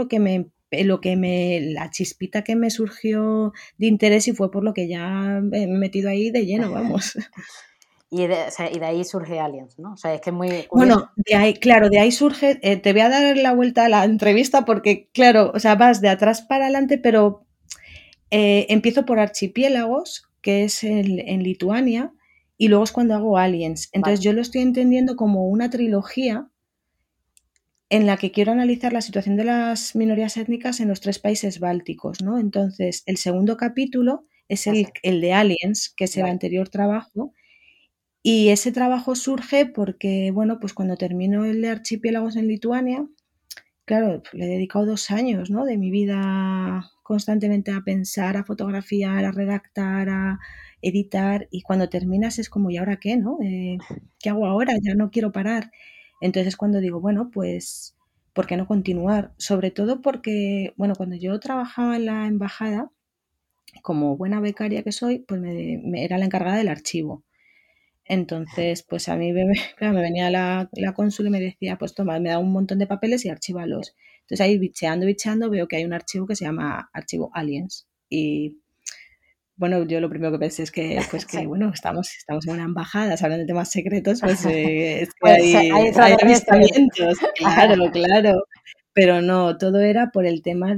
la chispita que me surgió de interés y fue por lo que ya me he metido ahí de lleno, vamos. O sea, y de ahí surge Aliens, ¿no? O sea, es que es muy curioso. Bueno, claro, de ahí surge, te voy a dar la vuelta a la entrevista porque, claro, o sea, vas de atrás para adelante, pero empiezo por Archipiélagos, que es en Lituania, y luego es cuando hago Aliens. Vale. Entonces yo lo estoy entendiendo como una trilogía en la que quiero analizar la situación de las minorías étnicas en los 3 países bálticos, ¿no? Entonces, el segundo capítulo es Ya sé. el de Aliens, que es el Vale. anterior trabajo, y ese trabajo surge porque, bueno, pues cuando termino el de Archipiélagos en Lituania, claro, le he dedicado 2 años, ¿no? De mi vida constantemente a pensar, a fotografiar, a redactar, a editar, y cuando terminas es como, ¿y ahora qué, no? ¿Qué hago ahora? Ya no quiero parar. Entonces es cuando digo, bueno, pues, ¿por qué no continuar? Sobre todo porque, bueno, cuando yo trabajaba en la embajada, como buena becaria que soy, pues me era la encargada del archivo. Entonces, pues a mí claro, me venía la cónsul y me decía, pues toma, me da un montón de papeles y archívalos. Entonces ahí bicheando, veo que hay un archivo que se llama archivo Aliens. Y bueno, yo lo primero que pensé es que, pues que Sí. bueno, estamos en una embajada, se hablan de temas secretos, pues es que Pues hay hay extraterrestres. avistamientos, claro, claro. Pero no, todo era por el tema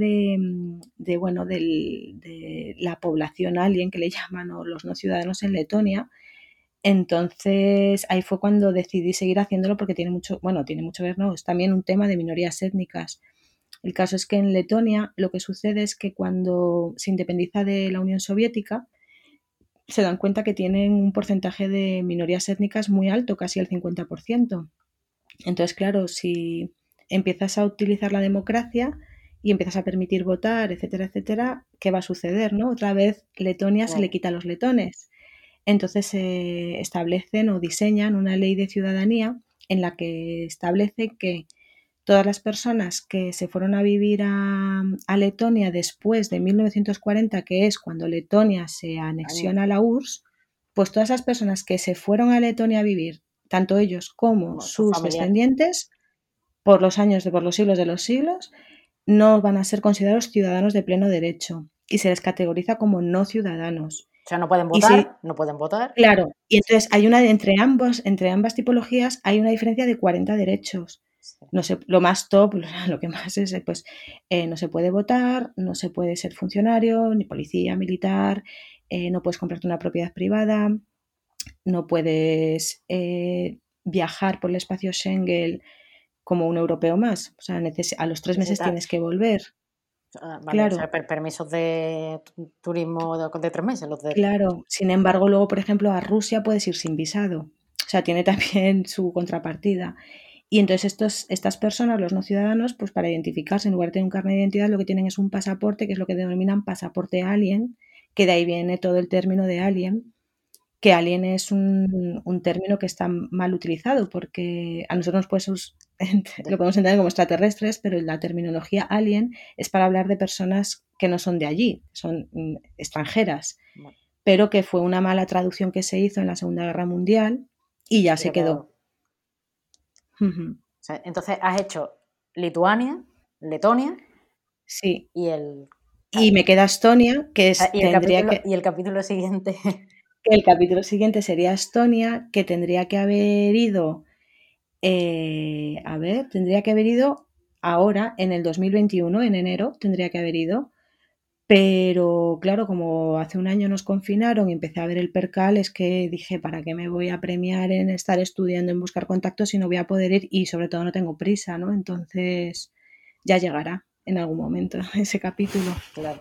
bueno, de la población alien que le llaman, o los no ciudadanos en Letonia. Entonces, ahí fue cuando decidí seguir haciéndolo porque tiene mucho que ver, no, es también un tema de minorías étnicas. El caso es que en Letonia lo que sucede es que cuando se independiza de la Unión Soviética, se dan cuenta que tienen un porcentaje de minorías étnicas muy alto, casi el 50%. Entonces, claro, si empiezas a utilizar la democracia y empiezas a permitir votar, etcétera, etcétera, ¿qué va a suceder, no? Otra vez Letonia se le Claro. quita a los letones. Entonces se establecen o diseñan una ley de ciudadanía en la que establece que todas las personas que se fueron a vivir a Letonia después de 1940, que es cuando Letonia se anexiona a la URSS, pues todas esas personas que se fueron a Letonia a vivir, tanto ellos como Como sus sus familiares. descendientes, por los siglos de los siglos, no van a ser considerados ciudadanos de pleno derecho y se les categoriza como no ciudadanos. O sea, no pueden Y se, votar, no pueden votar. Claro, y entonces hay entre ambas tipologías hay una diferencia de 40 derechos. Sí. No sé, lo más top, lo que más es, pues, no se puede votar, no se puede ser funcionario, ni policía, militar, no puedes comprarte una propiedad privada, no puedes viajar por el espacio Schengen como un europeo más. O sea, a los 3 meses Necesita, tienes que volver. vale, o Claro, sea, permisos de turismo de 3 meses, los de... claro. Sin embargo, luego, por ejemplo, a Rusia puedes ir sin visado. O sea, tiene también su contrapartida. Y entonces estas personas, los no ciudadanos, pues para identificarse, en lugar de tener un carnet de identidad, lo que tienen es un pasaporte, que es lo que denominan pasaporte alien, que de ahí viene todo el término de alien, que alien es un término que está mal utilizado, porque a nosotros pues, lo podemos entender como extraterrestres, pero la terminología alien es para hablar de personas que no son de allí, son extranjeras, Bueno, pero que fue una mala traducción que se hizo en la Segunda Guerra Mundial y ya y se se quedó. quedó. O sea, entonces has hecho Lituania, Letonia Sí, y el... y me queda Estonia, Y el capítulo siguiente. que el capítulo siguiente sería Estonia, que tendría que haber ido, tendría que haber ido ahora, en el 2021, en enero, tendría que haber ido, pero claro, como hace un año nos confinaron y empecé a ver el percal, es que dije, ¿para qué me voy a premiar en estar estudiando, en buscar contactos si no voy a poder ir? Y sobre todo no tengo prisa, ¿no? Entonces ya llegará en algún momento ese capítulo. Claro.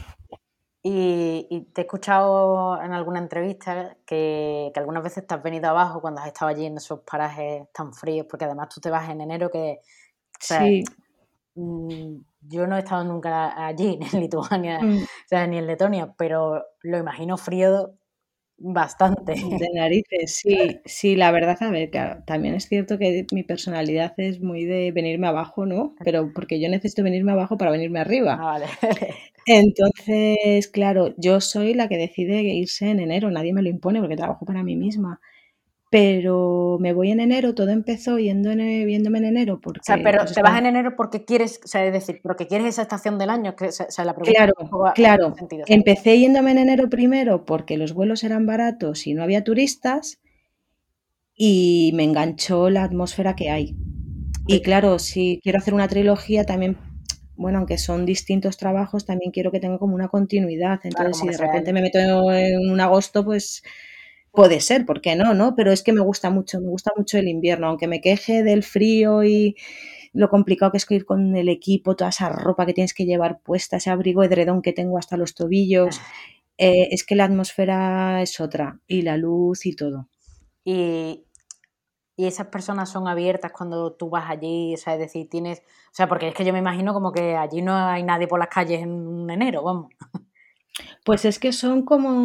Y te he escuchado en alguna entrevista que algunas veces te has venido abajo cuando has estado allí en esos parajes tan fríos, porque además tú te vas en enero, que, o sea, Sí. yo no he estado nunca allí, ni en Lituania, Mm. o sea, ni en Letonia, pero lo imagino frío bastante. De narices, sí, sí, la verdad, a ver, claro, también es cierto que mi personalidad es muy de venirme abajo, ¿no? Pero porque yo necesito venirme abajo para venirme Ah, arriba. vale. Entonces, claro, yo soy la que decide irse en enero, nadie me lo impone porque trabajo para mí misma. Pero me voy en enero, todo empezó viéndome en enero O sea, porque, pues pero es te vas cuando... en enero porque quieres, o sea, es decir, porque quieres esa estación del año, que, o sea, la pregunta Claro, un poco en ese claro. sentido. O sea, Empecé yéndome en enero primero porque los vuelos eran baratos y no había turistas y me enganchó la atmósfera que hay. Y claro, si quiero hacer una trilogía también, bueno, aunque son distintos trabajos, también quiero que tenga como una continuidad. claro, Entonces, como si que de sea repente me meto en un agosto, pues puede ser, ¿por qué no? ¿No? Pero es que me gusta mucho el invierno, aunque me queje del frío y lo complicado que es ir con el equipo, toda esa ropa que tienes que llevar puesta, ese abrigo edredón que tengo hasta los tobillos, es que la atmósfera es otra, y la luz y todo. Y y esas personas son abiertas cuando tú vas allí, o sea, es decir, tienes... O sea, porque es que yo me imagino como que allí no hay nadie por las calles en enero, vamos. Pues es que son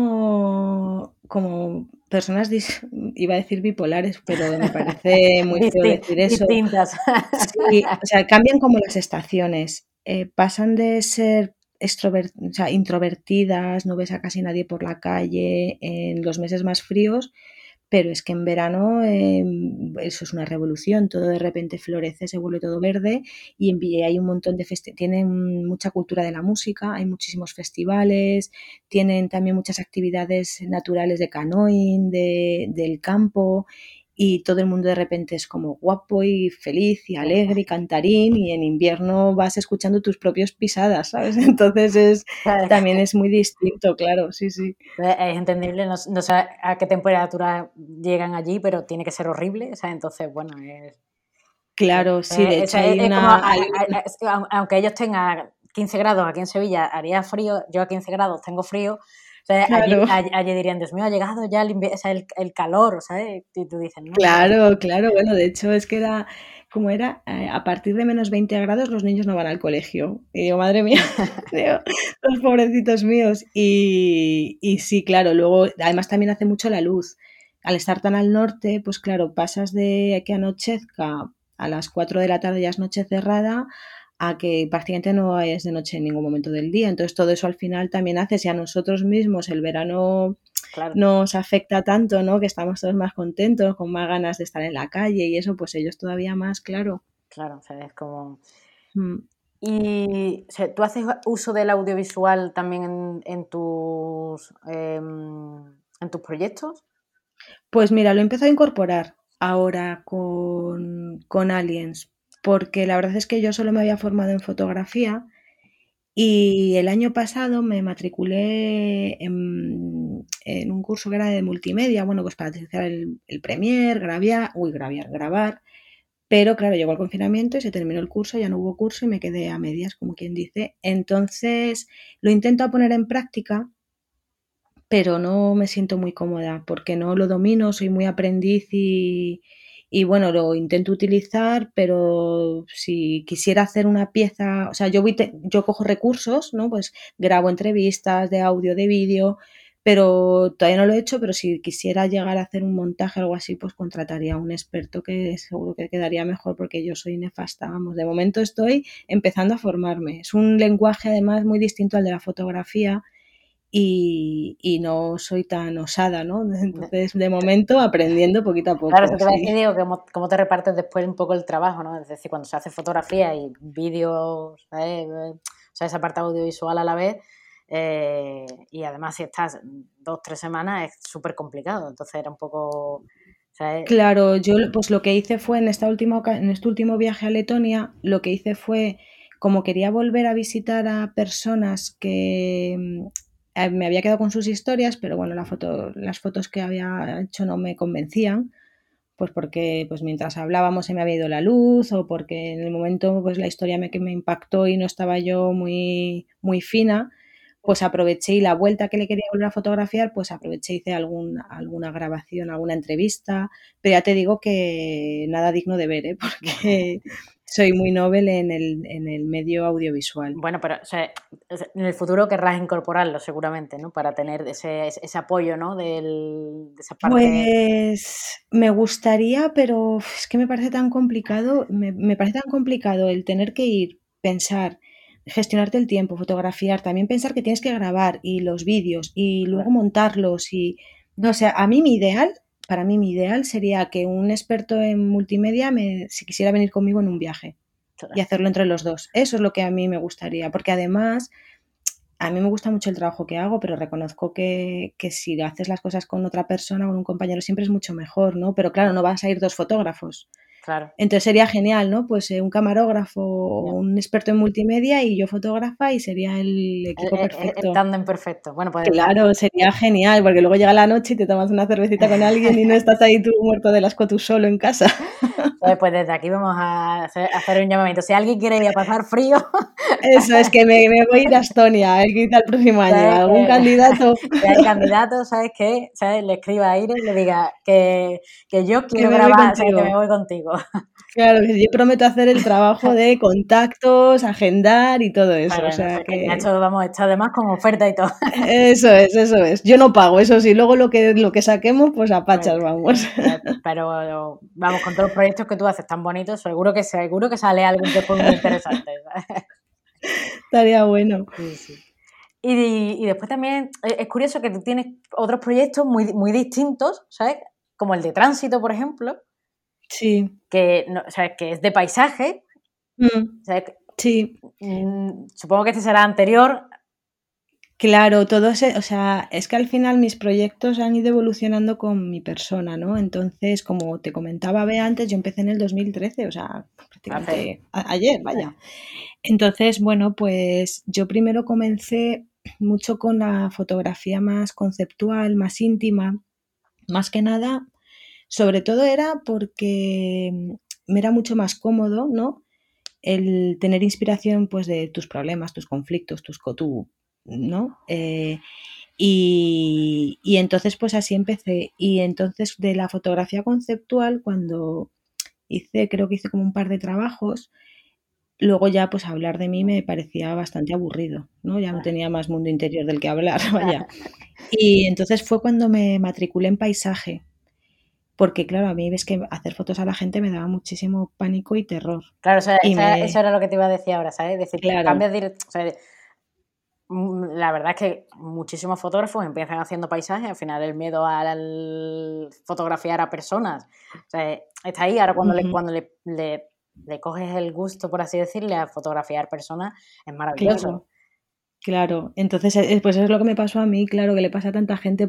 como personas, iba a decir bipolares, pero me parece muy feo decir eso. Distintas. Sí, o sea, cambian como las estaciones. Pasan de ser o sea, introvertidas, no ves a casi nadie por la calle en los meses más fríos, pero es que en verano eso es una revolución, todo de repente florece, se vuelve todo verde y hay un montón de tienen mucha cultura de la música, hay muchísimos festivales, tienen también muchas actividades naturales de canoeing, del campo y todo el mundo de repente es como guapo y feliz y alegre y cantarín y en invierno vas escuchando tus propias pisadas, ¿sabes? Entonces también es muy distinto, claro, sí, sí. Es entendible, no sé a qué temperatura llegan allí, pero tiene que ser horrible, o sea, entonces, bueno, Claro, sí, de hecho hay como, aunque ellos tengan 15 grados aquí en Sevilla, haría frío, yo a 15 grados tengo frío, o sea, claro. allí dirían, Dios mío, ha llegado ya o sea, el calor, ¿sabes? Y tú dices, no. Claro, claro, bueno, de hecho es que a partir de menos 20 grados los niños no van al colegio. Y digo, madre mía, digo, los pobrecitos míos. Y sí, claro, luego además también hace mucho la luz. Al estar tan al norte, pues claro, pasas de que anochezca a las 4 de la tarde ya es noche cerrada, a que prácticamente no es de noche en ningún momento del día. Entonces todo eso al final también hace, si a nosotros mismos el verano Claro. nos afecta tanto, ¿no? Que estamos todos más contentos, con más ganas de estar en la calle y eso, pues ellos todavía más, claro. Claro, o sea, es como... Mm. Y, o sea, ¿tú haces uso del audiovisual también en tus proyectos? Pues mira, lo he empezado a incorporar ahora con Aliens, porque la verdad es que yo solo me había formado en fotografía y el año pasado me matriculé en un curso que era de multimedia, bueno, pues para utilizar el Premiere, grabar, pero claro, llegó el confinamiento y se terminó el curso, ya no hubo curso y me quedé a medias, como quien dice. Entonces lo intento poner en práctica, pero no me siento muy cómoda porque no lo domino, soy muy aprendiz y bueno, lo intento utilizar, pero si quisiera hacer una pieza, o sea, yo cojo recursos, ¿no? Pues grabo entrevistas de audio, de vídeo, pero todavía no lo he hecho, pero si quisiera llegar a hacer un montaje o algo así, pues contrataría a un experto que seguro que quedaría mejor porque yo soy nefasta, vamos, de momento estoy empezando a formarme. Es un lenguaje además muy distinto al de la fotografía y no soy tan osada, ¿no? Entonces, de momento, aprendiendo poquito a poco. Claro, eso te va a Sí. decir, digo, cómo te repartes después un poco el trabajo, ¿no? Es decir, cuando se hace fotografía y vídeo, ¿sabes? O sea, esa parte audiovisual a la vez, y además si estás 2-3 semanas es súper complicado, entonces era un poco... ¿sabes? Claro, yo pues lo que hice fue en este último viaje a Letonia, lo que hice fue, como quería volver a visitar a personas que me había quedado con sus historias, pero bueno, las fotos que había hecho no me convencían, pues porque pues mientras hablábamos se me había ido la luz o porque en el momento pues la historia que me impactó y no estaba yo muy, muy fina, pues aproveché y la vuelta que le quería volver a fotografiar, pues aproveché y hice alguna grabación, alguna entrevista, pero ya te digo que nada digno de ver, ¿eh? Porque soy muy novel en el medio audiovisual. Bueno, pero o sea, en el futuro querrás incorporarlo seguramente, ¿no? Para tener ese apoyo, ¿no? De esa parte... Pues me gustaría, pero es que me parece tan complicado, me parece tan complicado el tener que ir, pensar, gestionarte el tiempo, fotografiar, también pensar que tienes que grabar y los vídeos y luego montarlos y no, o sea, para mí mi ideal sería que un experto en multimedia si quisiera venir conmigo en un viaje y hacerlo entre los dos. Eso es lo que a mí me gustaría, porque además a mí me gusta mucho el trabajo que hago, pero reconozco que si haces las cosas con otra persona, con un compañero, siempre es mucho mejor, ¿no? Pero claro, no vas a ir dos fotógrafos. Claro. Entonces sería genial, ¿no? Pues un camarógrafo o un experto en multimedia y yo fotógrafa y sería el equipo perfecto. El tándem perfecto. Bueno, pues claro, sería genial, porque luego llega la noche y te tomas una cervecita con alguien y no estás ahí tú muerto de asco tú solo en casa. Pues desde aquí vamos a hacer un llamamiento. Si alguien quiere ir a pasar frío... Eso, es que me voy a ir a Estonia, a ver qué tal el próximo año. ¿Sabes? ¿Algún candidato? Si hay candidatos, ¿sabes qué? ¿Sabes? Le escriba a Ire y le diga que yo Que quiero me voy grabar, o sea, que contigo. me voy contigo. Claro, que yo prometo hacer el trabajo de contactos, agendar y todo eso. Claro, O sea no sé, que que esto vamos a estar además con oferta y todo. eso es, eso es. Yo no pago, eso sí, luego lo que saquemos, pues a Pues, pachas vamos. pero vamos, con todos los proyectos que tú haces tan bonitos, seguro que sale algo que fue muy interesante. ¿Sabes? Estaría bueno. Sí, sí. Y después también es curioso que tú tienes otros proyectos muy, muy distintos, ¿sabes? Como el de tránsito, por ejemplo, Sí. que, no, ¿sabes? Que es de paisaje. ¿Sabes? Sí. Supongo que este será anterior. Claro, o sea, es que al final mis proyectos han ido evolucionando con mi persona, ¿no? Entonces, como te comentaba Bea antes, yo empecé en el 2013, o sea, prácticamente ayer, vaya. Entonces, bueno, pues yo primero comencé mucho con la fotografía más conceptual, más íntima, más que nada, sobre todo era porque me era mucho más cómodo, ¿no? El tener inspiración pues de tus problemas, tus conflictos, ¿no? Y entonces pues así empecé. Y entonces de la fotografía conceptual, cuando creo que hice como un par de trabajos, luego ya pues hablar de mí me parecía bastante aburrido, ¿no? Ya no tenía más mundo interior del que hablar, vaya. Y entonces fue cuando me matriculé en paisaje, porque claro, a mí ves que hacer fotos a la gente me daba muchísimo pánico y terror. Claro, o sea, Y eso era lo que te iba a decir ahora, ¿sabes? Es decir, claro, cambias de... O sea, la verdad es que muchísimos fotógrafos empiezan haciendo paisajes, al final el miedo al fotografiar a personas, o sea, está ahí, ahora cuando le coges el gusto, por así decirle, a fotografiar personas, es maravilloso. claro. Entonces, pues eso es lo que me pasó a mí, claro, que le pasa a tanta gente,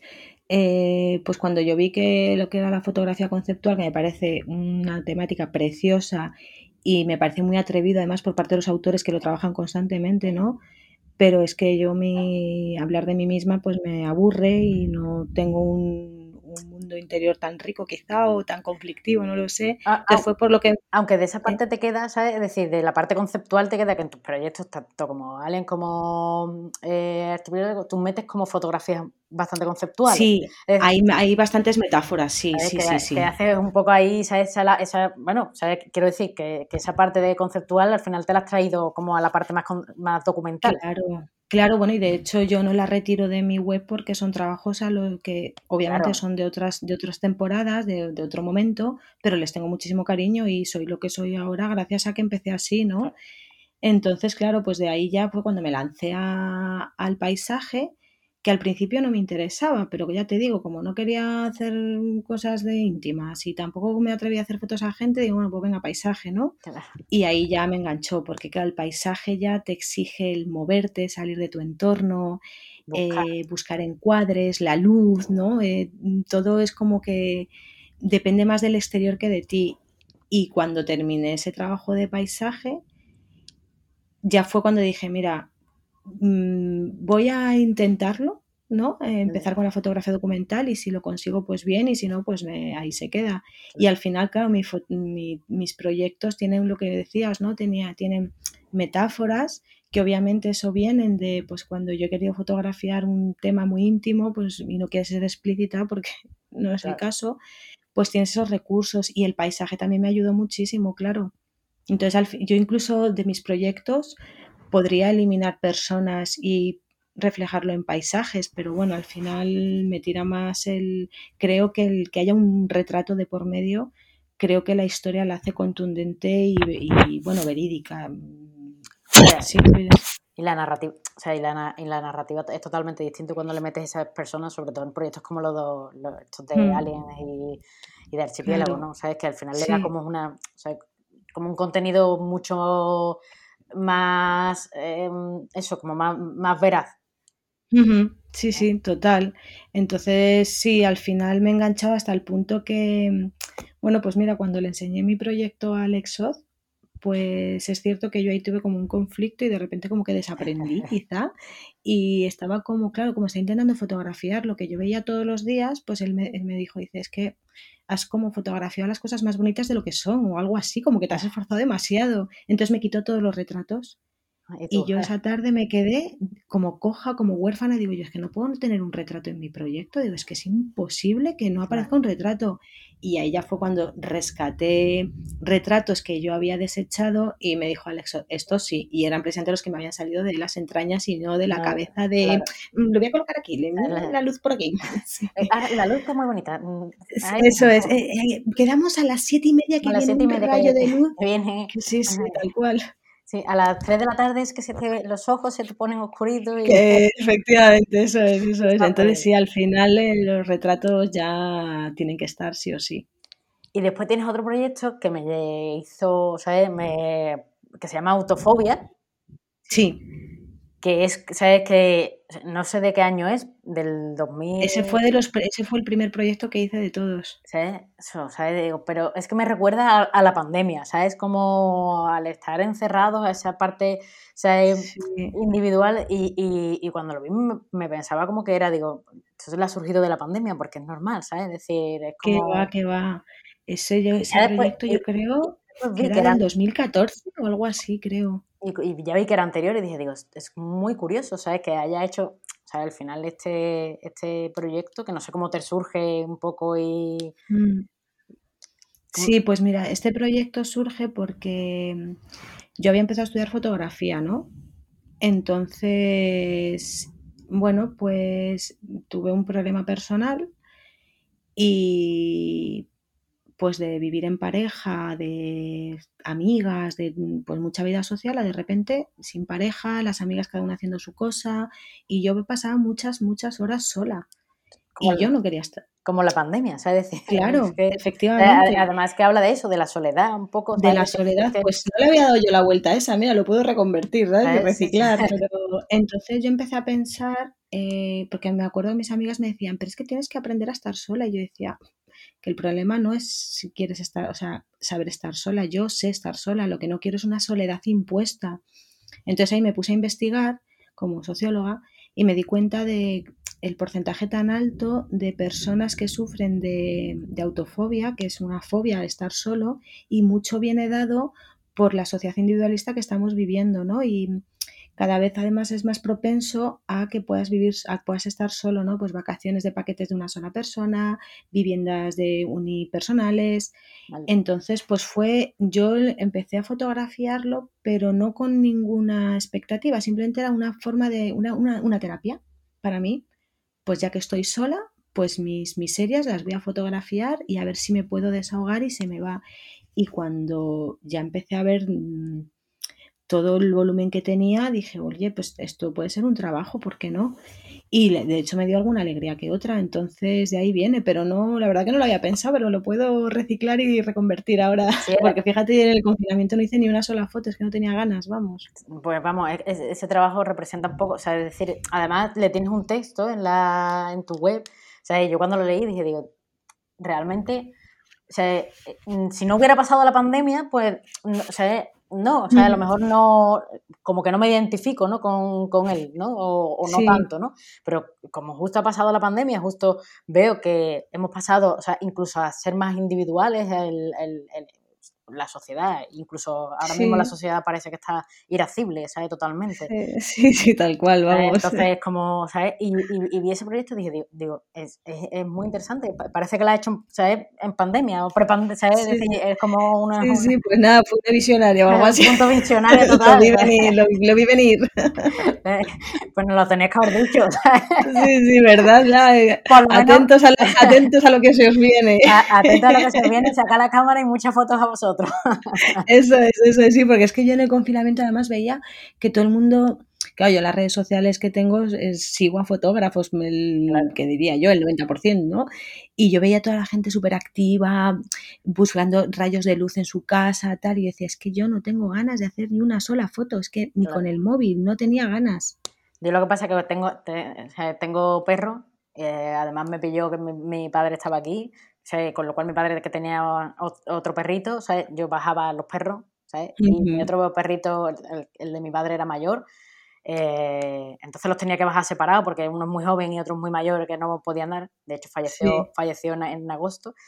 pues cuando yo vi que lo que era la fotografía conceptual, que me parece una temática preciosa y me parece muy atrevido además por parte de los autores que lo trabajan constantemente, ¿no? Pero es que hablar de mí misma pues me aburre y no tengo un mundo interior tan rico quizá o tan conflictivo, no lo sé. Entonces fue por lo que... Aunque de esa parte te queda, ¿sabes? Es decir, de la parte conceptual te queda que en tus proyectos, tanto como Alien como Archipiélago, tú metes como fotografías bastante conceptuales. Sí, hay bastantes metáforas, sí, ¿Sabes? sí, sí, sí. Que haces un poco ahí, ¿sabes? Bueno, ¿sabes? Quiero decir que esa parte de conceptual al final te la has traído como a la parte más documental. Claro, bueno, y de hecho yo no la retiro de mi web porque son trabajos a los que obviamente Claro. son de otras temporadas, de otro momento, pero les tengo muchísimo cariño y soy lo que soy ahora gracias a que empecé así, ¿no? Claro. Entonces, claro, pues de ahí ya fue cuando me lancé al paisaje, que al principio no me interesaba, pero que ya te digo, como no quería hacer cosas de íntimas y tampoco me atreví a hacer fotos a gente, digo, bueno, pues venga, paisaje, ¿no? Claro. Y ahí ya me enganchó, porque claro, el paisaje ya te exige el moverte, salir de tu entorno, buscar encuadres, la luz, ¿no? Todo es como que depende más del exterior que de ti. Y cuando terminé ese trabajo de paisaje, ya fue cuando dije, mira, voy a intentarlo, ¿no? Empezar con la fotografía documental y si lo consigo, pues bien, y si no, pues ahí se queda. Y al final, claro, mis proyectos tienen lo que decías, ¿no? Tienen metáforas que obviamente eso vienen de, pues cuando yo he querido fotografiar un tema muy íntimo, pues y no quiere ser explícita porque no es el caso, pues tienes esos recursos y el paisaje también me ayudó muchísimo, claro. Entonces, yo incluso de mis proyectos podría eliminar personas y reflejarlo en paisajes, pero bueno, al final me tira más creo que el que haya un retrato de por medio, creo que la historia la hace contundente y bueno, verídica. Sí, Y la narrativa, o sea, y la narrativa es totalmente distinto cuando le metes esas personas, sobre todo en proyectos como estos de Aliens y de Archipiélago, claro, ¿no? O sea, es que al final le da sí. como o sea, como un contenido mucho más, eso, como más veraz. Sí, sí, total. Entonces, sí, al final me he enganchado hasta el punto que, bueno, pues mira, cuando le enseñé mi proyecto a Alex Oz, pues es cierto que yo ahí tuve como un conflicto y de repente como que desaprendí quizá y estaba como, claro, como está intentando fotografiar lo que yo veía todos los días, pues él me dijo, dice, es que has como fotografiado las cosas más bonitas de lo que son o algo así, como que te has esforzado demasiado. Entonces me quitó todos los retratos. Y Y tú, yo esa tarde me quedé como coja, como huérfana. Digo, yo es que no puedo tener un retrato en mi proyecto. Digo, es que es imposible que no aparezca claro, un retrato. Y ahí ya fue cuando rescaté retratos que yo había desechado y me dijo Alex, estos sí. Y eran precisamente los que me habían salido de las entrañas y no de la no, cabeza de, claro. lo voy a colocar aquí, La, la luz por aquí. Sí. la luz está muy bonita. Ay, Eso es. Quedamos a las 7:30 a que las viene siete un y media rayo de luz. que viene. Que sí, sí, tal cual. Sí, a las 3 de la tarde es que los ojos se te ponen oscuritos y Que efectivamente, eso es, eso es. está muy Entonces bien. sí, al final los retratos ya tienen que estar sí o sí. Y después tienes otro proyecto que me hizo, ¿sabes? Que se llama Autofobia, Sí, que es, ¿sabes? Que no sé de qué año es, del 2000, ese fue el primer proyecto que hice de todos. ¿sabes? Eso, ¿sabes? Digo, pero es que me recuerda a la pandemia, ¿sabes? Como al estar encerrados, a esa parte, ¿sabes? Sí, Individual y cuando lo vi me pensaba como que era, digo, eso le ha surgido de la pandemia porque es normal, ¿sabes? Es decir, es qué va, como... qué va. Y Ese ya después, proyecto yo creo después que vi que era eran... del 2014 o algo así, creo. Y ya vi que era anterior y dije, digo, es muy curioso, ¿sabes? Que haya hecho, ¿sabes? Al final este proyecto, que no sé cómo te surge un poco y... Mm. ¿cómo? Sí, pues mira, este proyecto surge porque yo había empezado a estudiar fotografía, ¿no? Entonces, bueno, pues tuve un problema personal y pues de vivir en pareja, de amigas, de pues mucha vida social, a de repente sin pareja, las amigas cada una haciendo su cosa y yo me pasaba muchas, muchas horas sola Como, y yo no quería estar. como la pandemia, ¿sabes? Es decir, es Claro, que, efectivamente, además que habla de eso, de la soledad un poco, de ¿sabes? la soledad, pues no le había dado yo la vuelta a esa, mira, lo puedo reconvertir, ¿sabes? Y ¿Sabes? Sí, sí. reciclar, pero entonces yo empecé a pensar, porque me acuerdo de mis amigas me decían, pero es que tienes que aprender a estar sola y yo decía, que el problema no es si quieres estar, o sea, saber estar sola, yo sé estar sola, lo que no quiero es una soledad impuesta. Entonces ahí me puse a investigar como socióloga y me di cuenta de el porcentaje tan alto de personas que sufren de autofobia, que es una fobia al estar solo, y mucho viene dado por la sociedad individualista que estamos viviendo, ¿no? Y cada vez además es más propenso a que puedas vivir, puedas estar solo, ¿no? Pues vacaciones de paquetes de una sola persona, viviendas de unipersonales. Vale. Entonces, pues yo empecé a fotografiarlo, pero no con ninguna expectativa, simplemente era una forma de, una terapia para mí. Pues ya que estoy sola, pues mis miserias las voy a fotografiar y a ver si me puedo desahogar y se me va. Y cuando ya empecé a ver todo el volumen que tenía, dije, oye, pues esto puede ser un trabajo, ¿por qué no? Y de hecho me dio alguna alegría que otra, entonces de ahí viene, pero no, la verdad que no lo había pensado, pero lo puedo reciclar y reconvertir ahora, Sí, porque fíjate, en el confinamiento no hice ni una sola foto, es que no tenía ganas, vamos. pues vamos, ese trabajo representa un poco, o sea, es decir, además le tienes un texto en tu web, o sea, yo cuando lo leí dije, digo, realmente, o sea, si no hubiera pasado la pandemia, pues, o sea, a lo mejor no, como que no me identifico, ¿no? Con él, ¿no? O no Sí, tanto, ¿no? Pero como justo ha pasado la pandemia, justo veo que hemos pasado, o sea, incluso a ser más individuales, la sociedad, incluso ahora mismo la sí, sociedad parece que está irascible, ¿sabes? Totalmente. sí, sí, sí, tal cual, ¿Sabes? vamos. Entonces, como, ¿sabes? Y vi ese proyecto y dije, digo es muy interesante. Parece que lo ha hecho, ¿sabes? En pandemia o prepandemia, ¿sabes? Es Sí, decir, es como sí, sí, pues nada, fue una visionaria o algo un así. punto visionario Lo total. vi venir, lo vi venir. Pues nos lo tenéis que haber dicho, ¿sabes? Sí, sí, verdad, ya, Por lo menos atentos a lo que se os viene. atento a lo que se viene, saca la cámara y muchas fotos a vosotros. Eso es, sí, porque es que yo en el confinamiento además veía que todo el mundo, claro, yo las redes sociales que tengo sigo a fotógrafos, Claro. que diría yo, el 90%, ¿no? Y yo veía a toda la gente súper activa, buscando rayos de luz en su casa, tal, y decía, es que yo no tengo ganas de hacer ni una sola foto, es que ni con Claro. el móvil, no tenía ganas. Yo lo que pasa es que o sea, tengo perro, además me pilló que mi padre estaba aquí, o sea, con lo cual mi padre que tenía otro perrito, ¿sabes? Yo bajaba a los perros, ¿sabes? Y mi Ujú. otro perrito, el de mi padre era mayor, entonces los tenía que bajar separados porque uno es muy joven y otro es muy mayor que no podía andar, de hecho Sí, falleció en agosto.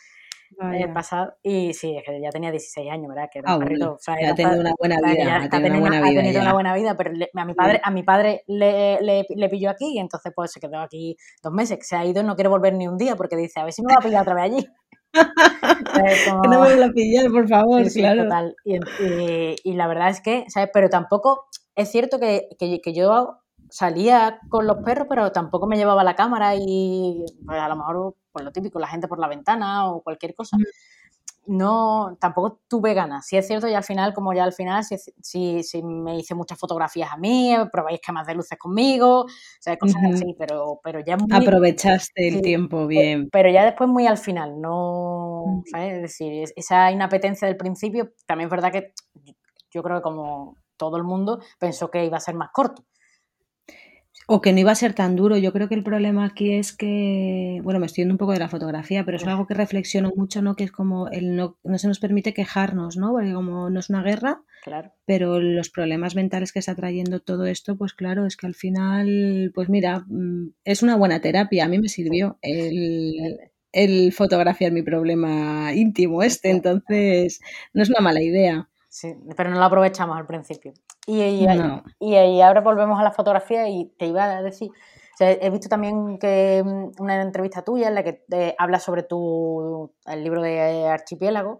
Vaya. pasado. Y sí, es que ya tenía 16 años, ¿verdad? Que era un Bueno, perrito, o sea, ya ha tenido una buena o sea, que vida, ya ha tenido una buena ha vida tenido una ya. buena vida, pero Sí. a mi padre le pilló aquí y entonces pues se quedó aquí 2 meses, que se ha ido y no quiere volver ni un día porque dice, a ver si me va a pillar otra vez allí. Que no Como, me vuelva a pillar, por sí, favor, sí, claro. total. Y la verdad es que, ¿sabes? Pero tampoco, es cierto que yo salía con los perros, pero tampoco me llevaba la cámara y pues, a lo mejor, por lo típico, la gente por la ventana o cualquier cosa. No, tampoco tuve ganas. Sí es cierto, y al final, como ya al final, sí me hice muchas fotografías a mí, probáis camas de luces conmigo, o sea, cosas Ujú. así, pero ya muy, Aprovechaste el sí, tiempo bien. pero ya después muy al final, no, ¿sabes? Es decir, esa inapetencia del principio, también es verdad que yo creo que como todo el mundo pensó que iba a ser más corto. O que no iba a ser tan duro. Yo creo que el problema aquí es que, bueno, me estoy yendo un poco de la fotografía, pero es algo que reflexiono mucho, ¿no? Que es como no se nos permite quejarnos, ¿no? Porque como no es una guerra, Claro. pero los problemas mentales que está trayendo todo esto, pues claro, es que al final, pues mira, es una buena terapia. A mí me Sí. sirvió el fotografiar mi problema íntimo entonces no es una mala idea. Sí, pero no lo aprovechamos al principio. No. Y ahora volvemos a la fotografía y te iba a decir, o sea, he visto también que una entrevista tuya en la que hablas sobre el libro de Archipiélago.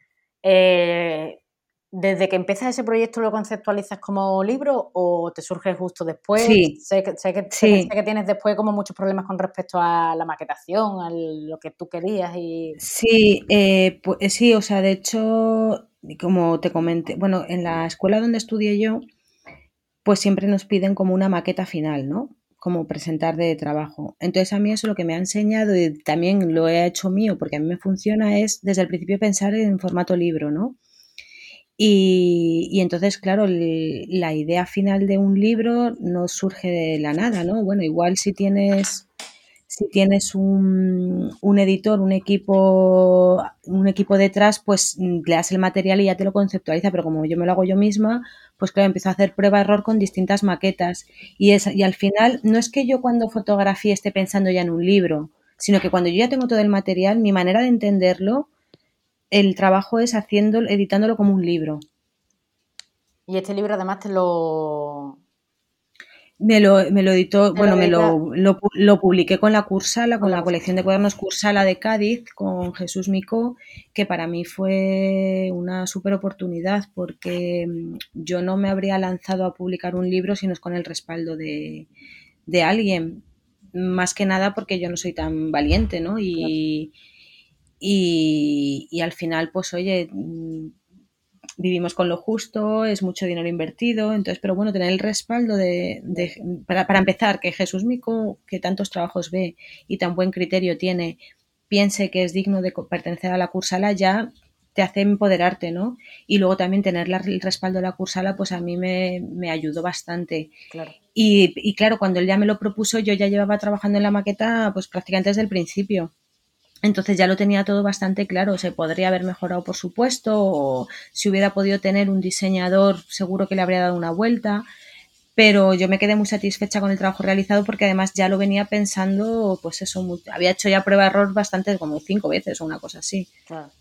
¿Desde que empiezas ese proyecto lo conceptualizas como libro o te surge justo después? Sí, Sé sí. que tienes después como muchos problemas con respecto a la maquetación, a lo que tú querías y... Sí, sí, o sea, de hecho, como te comenté, bueno, en la escuela donde estudié yo, pues siempre nos piden como una maqueta final, ¿no? Como presentar de trabajo. Entonces a mí eso lo que me ha enseñado y también lo he hecho mío porque a mí me funciona es desde el principio pensar en formato libro, ¿no? Y entonces, claro, la idea final de un libro no surge de la nada, ¿no? Bueno, igual si tienes un editor, un equipo detrás, pues le das el material y ya te lo conceptualiza, pero como yo me lo hago yo misma, pues claro, empiezo a hacer prueba-error con distintas maquetas. Y al final, no es que yo cuando fotografíe esté pensando ya en un libro, sino que cuando yo ya tengo todo el material, mi manera de entenderlo, el trabajo es editándolo como un libro. Y este libro además Me lo editó, te lo bueno, dedica lo publiqué con la Cursala, con con la la cosa. colección de cuadernos Cursala de Cádiz, con Jesús Micó, que para mí fue una súper oportunidad porque yo no me habría lanzado a publicar un libro si no es con el respaldo de alguien. Más que nada porque yo no soy tan valiente, ¿no? Claro. Y al final, pues oye, vivimos con lo justo, es mucho dinero invertido, entonces, pero bueno, tener el respaldo para empezar, que Jesús Mico, que tantos trabajos ve y tan buen criterio tiene, piense que es digno de pertenecer a la Cursala, ya te hace empoderarte, ¿no? Y luego también tener el respaldo de la Cursala, pues a mí me ayudó bastante. Claro. Y claro, cuando él ya me lo propuso, yo ya llevaba trabajando en la maqueta pues prácticamente desde el principio. Entonces ya lo tenía todo bastante claro, se podría haber mejorado por supuesto, o si hubiera podido tener un diseñador seguro que le habría dado una vuelta, pero yo me quedé muy satisfecha con el trabajo realizado porque además ya lo venía pensando, pues eso, había hecho ya prueba-error bastante, como 5 veces o una cosa así. Claro.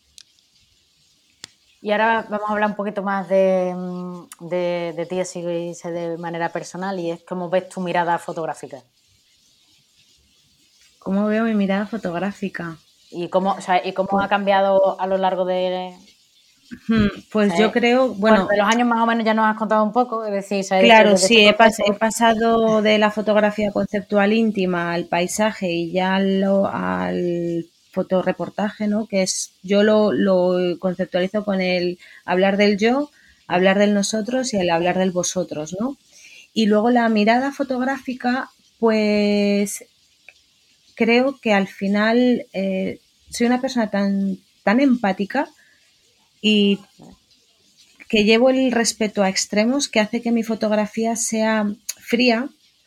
Y ahora vamos a hablar un poquito más de ti así de manera personal y es cómo ves tu mirada fotográfica. ¿Cómo veo mi mirada fotográfica? Y cómo ha Pues, cambiado a lo largo de... O pues sea, yo creo, bueno, bueno, de los años más o menos ya nos has contado un poco, es decir, claro, desde ese sí, he proceso... pasado de la fotografía conceptual íntima al paisaje y ya al fotoreportaje, ¿no? Que es, yo lo conceptualizo con el hablar del yo, hablar del nosotros y el hablar del vosotros, ¿no? Y luego la mirada fotográfica, pues creo que al final soy una persona tan empática y que llevo el respeto a extremos que hace que mi fotografía sea fría,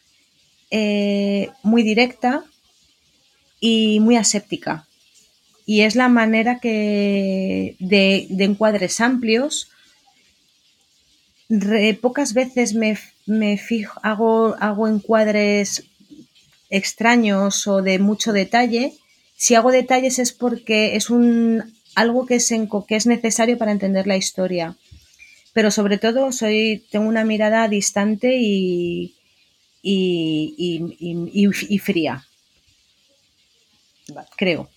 muy directa y muy aséptica. Y es la manera de encuadres amplios. Pocas veces me fijo, hago encuadres extraños o de mucho detalle Si hago detalles es porque es algo que es necesario para entender la historia. Pero sobre todo tengo una mirada distante y fría, Vale. creo.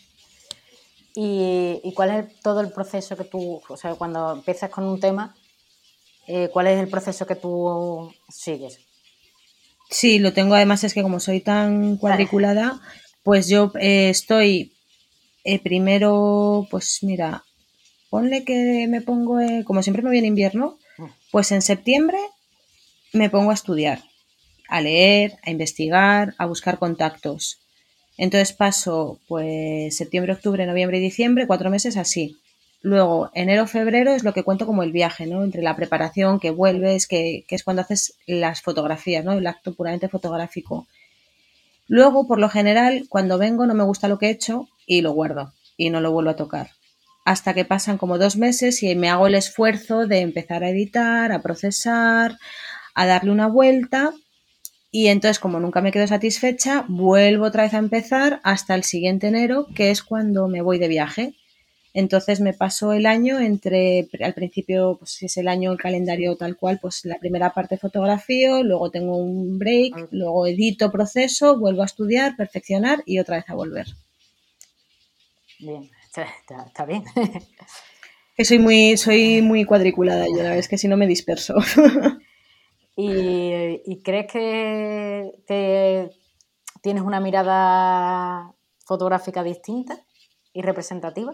¿Y cuál es todo el proceso que tú, o sea, cuando empiezas con un tema, cuál es el proceso que tú sigues? Sí, lo tengo, además es que como soy tan cuadriculada, pues yo estoy primero, pues mira, ponle que me pongo, como siempre me viene invierno, pues en septiembre me pongo a estudiar, a leer, a investigar, a buscar contactos. Entonces paso pues septiembre, octubre, noviembre y diciembre, 4 meses así. Luego, enero, febrero es lo que cuento como el viaje, ¿no? Entre la preparación, que vuelves, que es cuando haces las fotografías, ¿no? El acto puramente fotográfico. Luego, por lo general, cuando vengo no me gusta lo que he hecho y lo guardo y no lo vuelvo a tocar. Hasta que pasan como 2 meses y me hago el esfuerzo de empezar a editar, a procesar, a darle una vuelta. Y entonces, como nunca me quedo satisfecha, vuelvo otra vez a empezar hasta el siguiente enero, que es cuando me voy de viaje. Entonces me paso el año al principio, pues si es el año, el calendario tal cual, pues la primera parte fotografío, luego tengo un break, luego edito, proceso, vuelvo a estudiar, perfeccionar y otra vez a volver. Bien, está bien. Que soy muy cuadriculada, yo la verdad es que si no me disperso. ¿Y crees que tienes una mirada fotográfica distinta y representativa?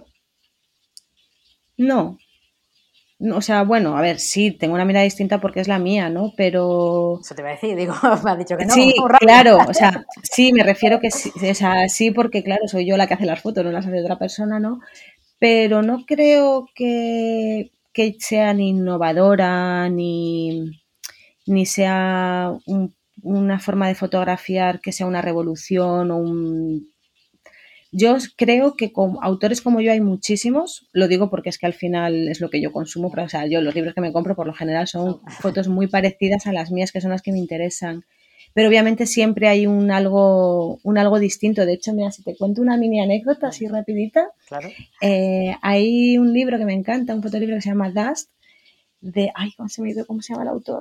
No. O sea, bueno, a ver, sí, tengo una mirada distinta porque es la mía, ¿no? Pero Eso te iba a decir, digo, me has dicho que no. sí, claro, o sea, sí, me refiero que sí, o sea, sí, porque claro, soy yo la que hace las fotos, no las hace otra persona, ¿no? Pero no creo que sea ni innovadora ni sea una forma de fotografiar que sea una revolución o un... Yo creo que con autores como yo hay muchísimos, lo digo porque es que al final es lo que yo consumo, pero, o sea, yo los libros que me compro por lo general son fotos muy parecidas a las mías, que son las que me interesan. Pero obviamente siempre hay un algo distinto. De hecho, mira, si te cuento una mini anécdota así rapidita, Claro. hay un libro que me encanta, un fotolibro que se llama Dust, de... Ay, ¿cómo se me dio? ¿Cómo se llama el autor?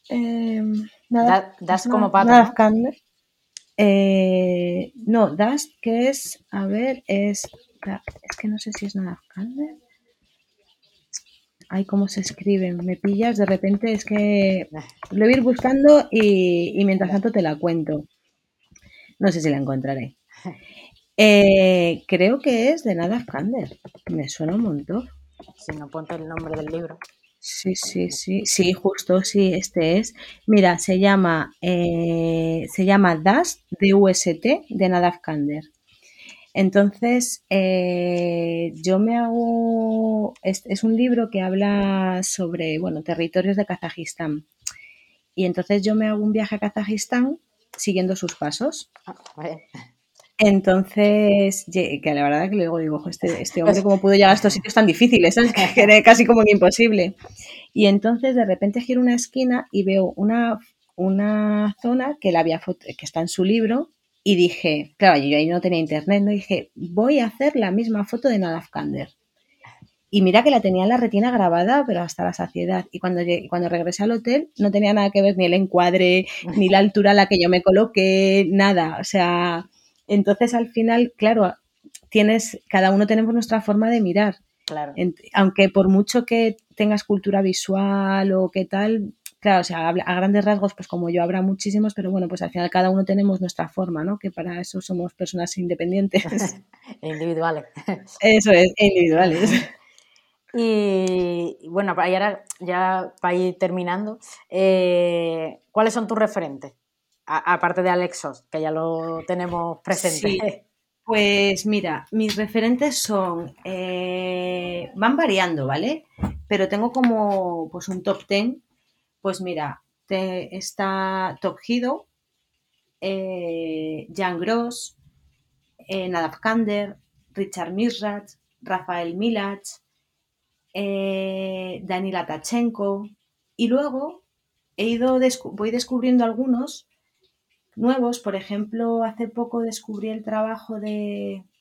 Das como pato, Nada ¿no? Kander. No, Dust, que es, a ver, es que no sé si es Nada Kander. Ay, cómo se escribe, me pillas, de repente es que lo voy a ir buscando y mientras tanto te la cuento. No sé si la encontraré. Creo que es de Nada Kander. Me suena un montón. Si no, ponte el nombre del libro. Sí, justo, sí, este es. Mira, se llama Dust, D-U-S-T, de Nadav Kander. Entonces, yo me hago, es un libro que habla sobre, bueno, territorios de Kazajistán. Y entonces yo me hago un viaje a Kazajistán siguiendo sus pasos. Entonces, que la verdad que luego digo, este hombre cómo pudo llegar a estos sitios tan difíciles, ¿sabes? Que era casi como imposible. Y entonces de repente giro una esquina y veo una zona que que está en su libro y dije, claro, yo ahí no tenía internet, ¿no? Y dije, voy a hacer la misma foto de Nadav Kander. Y mira que la tenía en la retina grabada, pero hasta la saciedad. Y cuando regresé al hotel no tenía nada que ver ni el encuadre, ni la altura a la que yo me coloqué, nada. O sea, entonces al final, claro, cada uno tenemos nuestra forma de mirar. Claro. Aunque por mucho que tengas cultura visual o qué tal, claro, o sea, a grandes rasgos, pues como yo habrá muchísimos, pero bueno, pues al final cada uno tenemos nuestra forma, ¿no? Que para eso somos personas independientes. Individuales. Eso es, individuales. Y bueno, y ahora ya para ir terminando, ¿cuáles son tus referentes? Aparte de Alexos, que ya lo tenemos presente. Sí, pues mira, mis referentes van variando, ¿vale? Pero tengo como pues un top 10. Pues mira, está Top Hido, Jan Gross, Nadav Kander, Richard Misrach, Rafael Milach, Danila Tachenko. Y luego voy descubriendo algunos nuevos. Por ejemplo, hace poco descubrí el trabajo de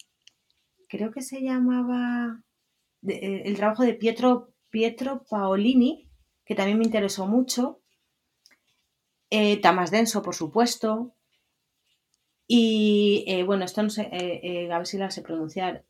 creo que se llamaba el trabajo de Pietro Paolini, que también me interesó mucho. Tamás Denso, por supuesto. Y bueno, esto no sé, a ver si la sé pronunciar.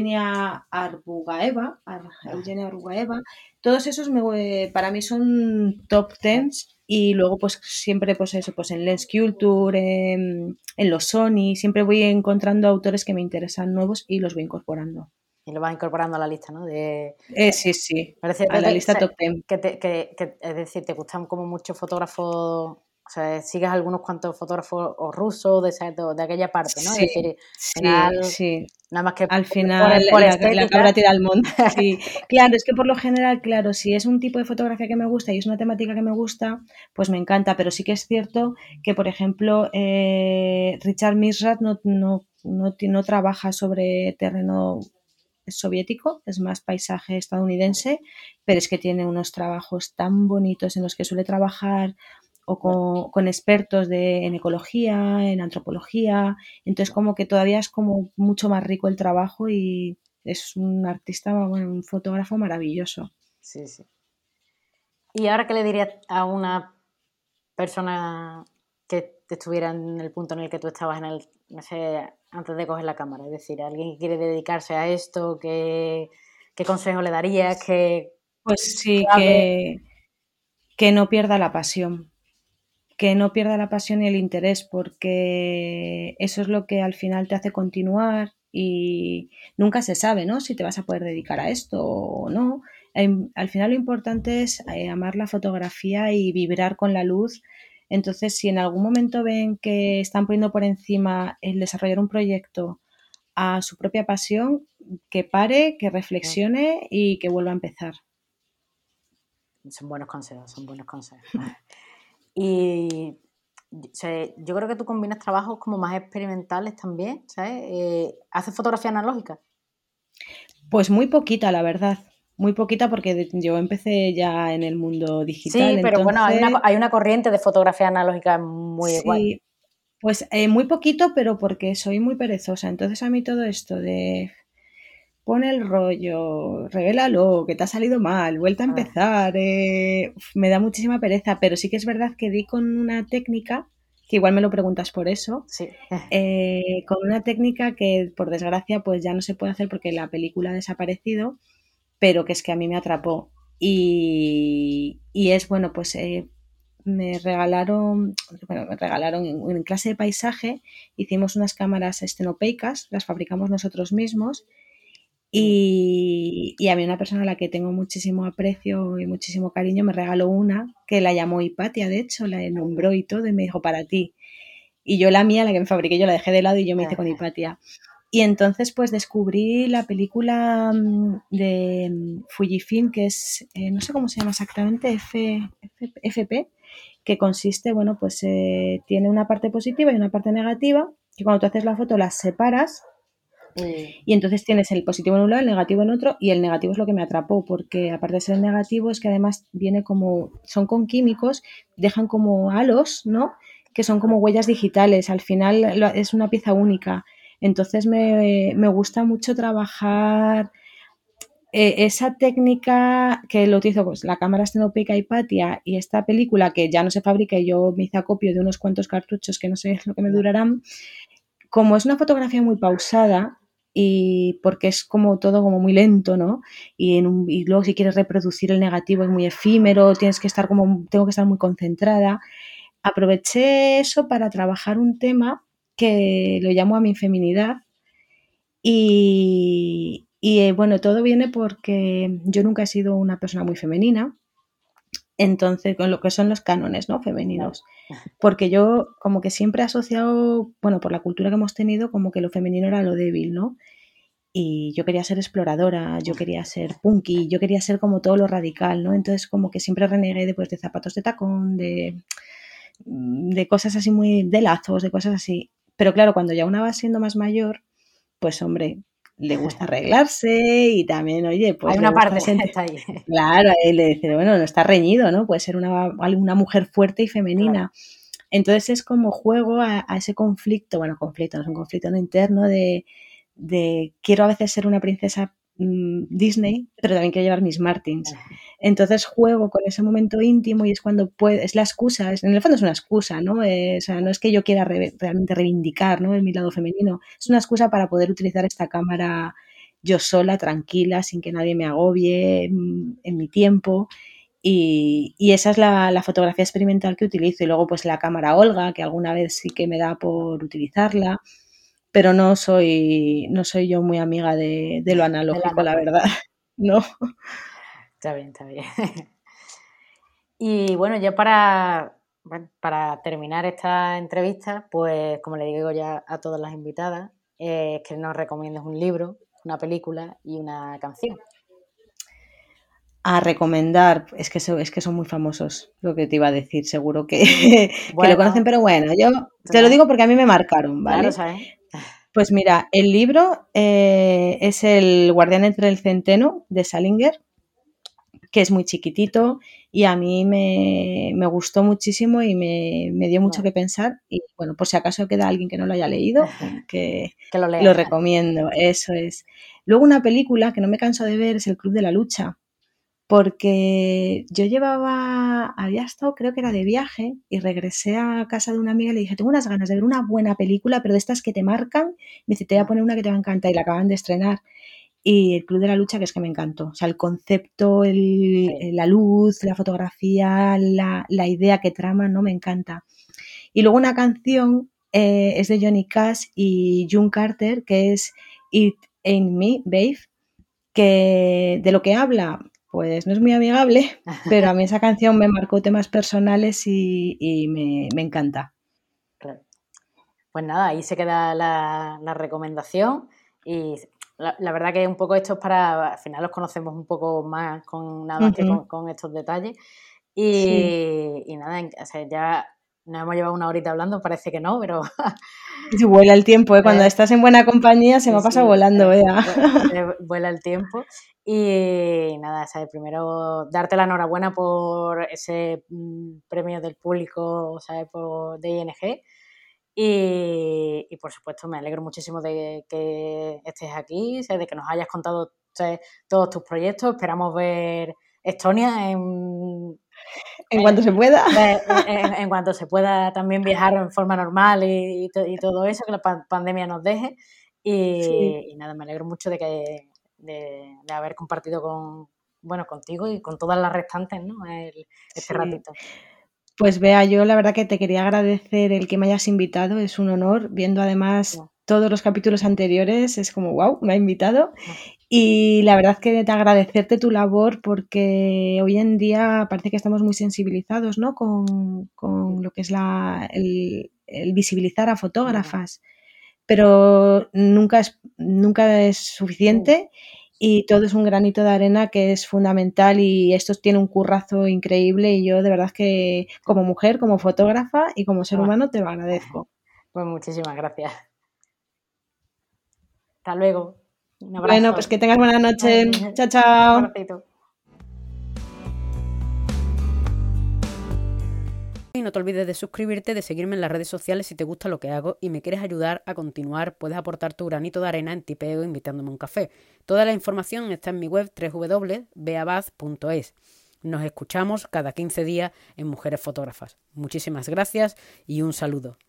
Eugenia Arbugaeva. Todos esos para mí son top tens. Y luego, pues siempre, pues eso, pues en Lens Culture, en los Sony, siempre voy encontrando autores que me interesan nuevos y los voy incorporando. Y lo vas incorporando a la lista, ¿no? Sí, parece, a la lista top 10. Es decir, te gustan como muchos fotógrafos, o sea, sigues algunos cuantos fotógrafos o rusos de aquella parte, ¿no? Sí, es decir, sí. Nada más que al final por la cabra tira al monte. Sí. Claro, es que por lo general, claro, si es un tipo de fotografía que me gusta y es una temática que me gusta, pues me encanta, pero sí que es cierto que, por ejemplo, Richard Misrad no trabaja sobre terreno soviético, es más paisaje estadounidense, pero es que tiene unos trabajos tan bonitos en los que suele trabajar o con expertos en ecología, en antropología, entonces como que todavía es como mucho más rico el trabajo y es un artista, bueno, un fotógrafo maravilloso. Sí. ¿Y ahora qué le dirías a una persona que estuviera en el punto en el que tú estabas no sé, antes de coger la cámara? Es decir, alguien que quiere dedicarse a esto, ¿qué consejo le darías? Pues sí, que no pierda la pasión. Que no pierda la pasión y el interés, porque eso es lo que al final te hace continuar y nunca se sabe, ¿no? Si te vas a poder dedicar a esto o no. Al final lo importante es amar la fotografía y vibrar con la luz. Entonces, si en algún momento ven que están poniendo por encima el desarrollar un proyecto a su propia pasión, que pare, que reflexione y que vuelva a empezar. Son buenos consejos. Y o sea, yo creo que tú combinas trabajos como más experimentales también, ¿sabes? ¿Haces fotografía analógica? Pues muy poquita, la verdad. Muy poquita porque yo empecé ya en el mundo digital. Sí, pero entonces, bueno, hay una corriente de fotografía analógica muy guay. Sí, pues muy poquito, pero porque soy muy perezosa. Entonces a mí todo esto de pone el rollo, revélalo, que te ha salido mal, vuelta a empezar, me da muchísima pereza, pero sí que es verdad que di con una técnica, que igual me lo preguntas por eso, sí. Con una técnica que por desgracia pues ya no se puede hacer porque la película ha desaparecido, pero que es que a mí me atrapó. Y es bueno, pues me regalaron en clase de paisaje, hicimos unas cámaras estenopeicas, las fabricamos nosotros mismos. Y a mí una persona a la que tengo muchísimo aprecio y muchísimo cariño me regaló una que la llamó Hipatia, de hecho, la nombró y todo, y me dijo para ti. Y yo la mía, la que me fabriqué, yo la dejé de lado y yo me hice con Hipatia. Y entonces pues descubrí la película de Fujifilm, que es, no sé cómo se llama exactamente, FP, que consiste, bueno, pues tiene una parte positiva y una parte negativa, que cuando tú haces la foto las separas y entonces tienes el positivo en un lado, el negativo en otro, y el negativo es lo que me atrapó, porque aparte de ser negativo es que además viene como, son con químicos, dejan como halos, ¿no? Que son como huellas digitales, al final es una pieza única. Entonces me gusta mucho trabajar esa técnica que lo utilizo, pues la cámara estenopeica Hipatia y esta película que ya no se fabrica y yo me hice acopio de unos cuantos cartuchos que no sé lo que me durarán. Como es una fotografía muy pausada y porque es como todo como muy lento, ¿no? Y luego si quieres reproducir el negativo es muy efímero, tengo que estar muy concentrada. Aproveché eso para trabajar un tema que lo llamo a mi feminidad y bueno, todo viene porque yo nunca he sido una persona muy femenina, entonces con lo que son los cánones, ¿no? Femeninos. Porque yo como que siempre he asociado, bueno, por la cultura que hemos tenido, como que lo femenino era lo débil, ¿no? Y yo quería ser exploradora, yo quería ser punky, yo quería ser como todo lo radical, ¿no? Entonces como que siempre renegué de zapatos de tacón, de cosas así muy, de lazos, de cosas así. Pero claro, cuando ya una va siendo más mayor, pues hombre, le gusta arreglarse y también, oye, pues hay le una gusta parte sentir... está ahí. Claro, él le dice, bueno, no está reñido, ¿no? Puede ser una mujer fuerte y femenina. Claro. Entonces es como juego a ese conflicto, bueno, conflicto, no es un conflicto no interno de quiero a veces ser una princesa Disney, pero también quiero llevar mis Martins. Entonces juego con ese momento íntimo y es cuando es la excusa, en el fondo es una excusa, ¿no? O sea, no es que yo quiera realmente reivindicar, ¿no?, mi lado femenino, es una excusa para poder utilizar esta cámara yo sola, tranquila, sin que nadie me agobie, en mi tiempo. Y esa es la fotografía experimental que utilizo. Y luego pues la cámara Olga, que alguna vez sí que me da por utilizarla, pero no soy yo muy amiga de lo analógico, la verdad. No. Está bien, está bien. Y bueno, ya para terminar esta entrevista, pues como le digo ya a todas las invitadas, que nos recomiendes un libro, una película y una canción. A recomendar, es que son muy famosos, lo que te iba a decir, seguro que, Bueno, que lo conocen, pero bueno, yo te lo digo porque a mí me marcaron, ¿vale? Claro, ¿sabes? Pues mira, el libro es El guardián entre el centeno, de Salinger, que es muy chiquitito y a mí me gustó muchísimo y me dio mucho que pensar. Y bueno, por si acaso queda alguien que no lo haya leído, que lo lea. Lo recomiendo, eso es. Luego una película que no me canso de ver es El Club de la Lucha, porque yo había estado, creo que era de viaje, y regresé a casa de una amiga y le dije, tengo unas ganas de ver una buena película, pero de estas que te marcan. Me dice, te voy a poner una que te va a encantar, y la acaban de estrenar. Y El Club de la Lucha, que es que me encantó. O sea, el concepto, la luz, la fotografía, la idea que trama, ¿no? Me encanta. Y luego una canción es de Johnny Cash y June Carter, que es It Ain't Me, Babe, que de lo que habla, pues no es muy amigable, pero a mí esa canción me marcó temas personales y me encanta. Claro. Pues nada, ahí se queda la recomendación y la verdad que un poco esto es para, al final los conocemos un poco más con nada más que con estos detalles y nada, o sea, ya nos hemos llevado una horita hablando, parece que no, pero... Vuela el tiempo, ¿eh? Cuando estás en buena compañía se me ha pasado volando, vuela el tiempo y nada, ¿sabes? Primero darte la enhorabuena por ese premio del público, ¿sabes? De ING. Y por supuesto me alegro muchísimo de que estés aquí, de que nos hayas contado todos tus proyectos. Esperamos ver Estonia en cuanto se pueda. En cuanto se pueda también viajar en forma normal y todo eso, que la pandemia nos deje. Y nada, me alegro mucho de haber compartido contigo y con todas las restantes, ¿no? Este ratito. Pues Bea, yo la verdad que te quería agradecer el que me hayas invitado, es un honor, viendo además todos los capítulos anteriores, es como wow, me ha invitado. Y la verdad que te agradecerte tu labor, porque hoy en día parece que estamos muy sensibilizados, ¿no? con lo que es el visibilizar a fotógrafas, pero nunca es suficiente. Y todo es un granito de arena que es fundamental y esto tiene un currazo increíble y yo de verdad que como mujer, como fotógrafa y como ser humano te lo agradezco. Pues muchísimas gracias. Hasta luego. Un abrazo. Bueno, pues que tengas buena noche. Chao, chao. Un abracito. Y no te olvides de suscribirte, de seguirme en las redes sociales si te gusta lo que hago y me quieres ayudar a continuar, puedes aportar tu granito de arena en Tipeo invitándome a un café. Toda la información está en mi web www.beabaz.es. Nos escuchamos cada 15 días en Mujeres Fotógrafas. Muchísimas gracias y un saludo.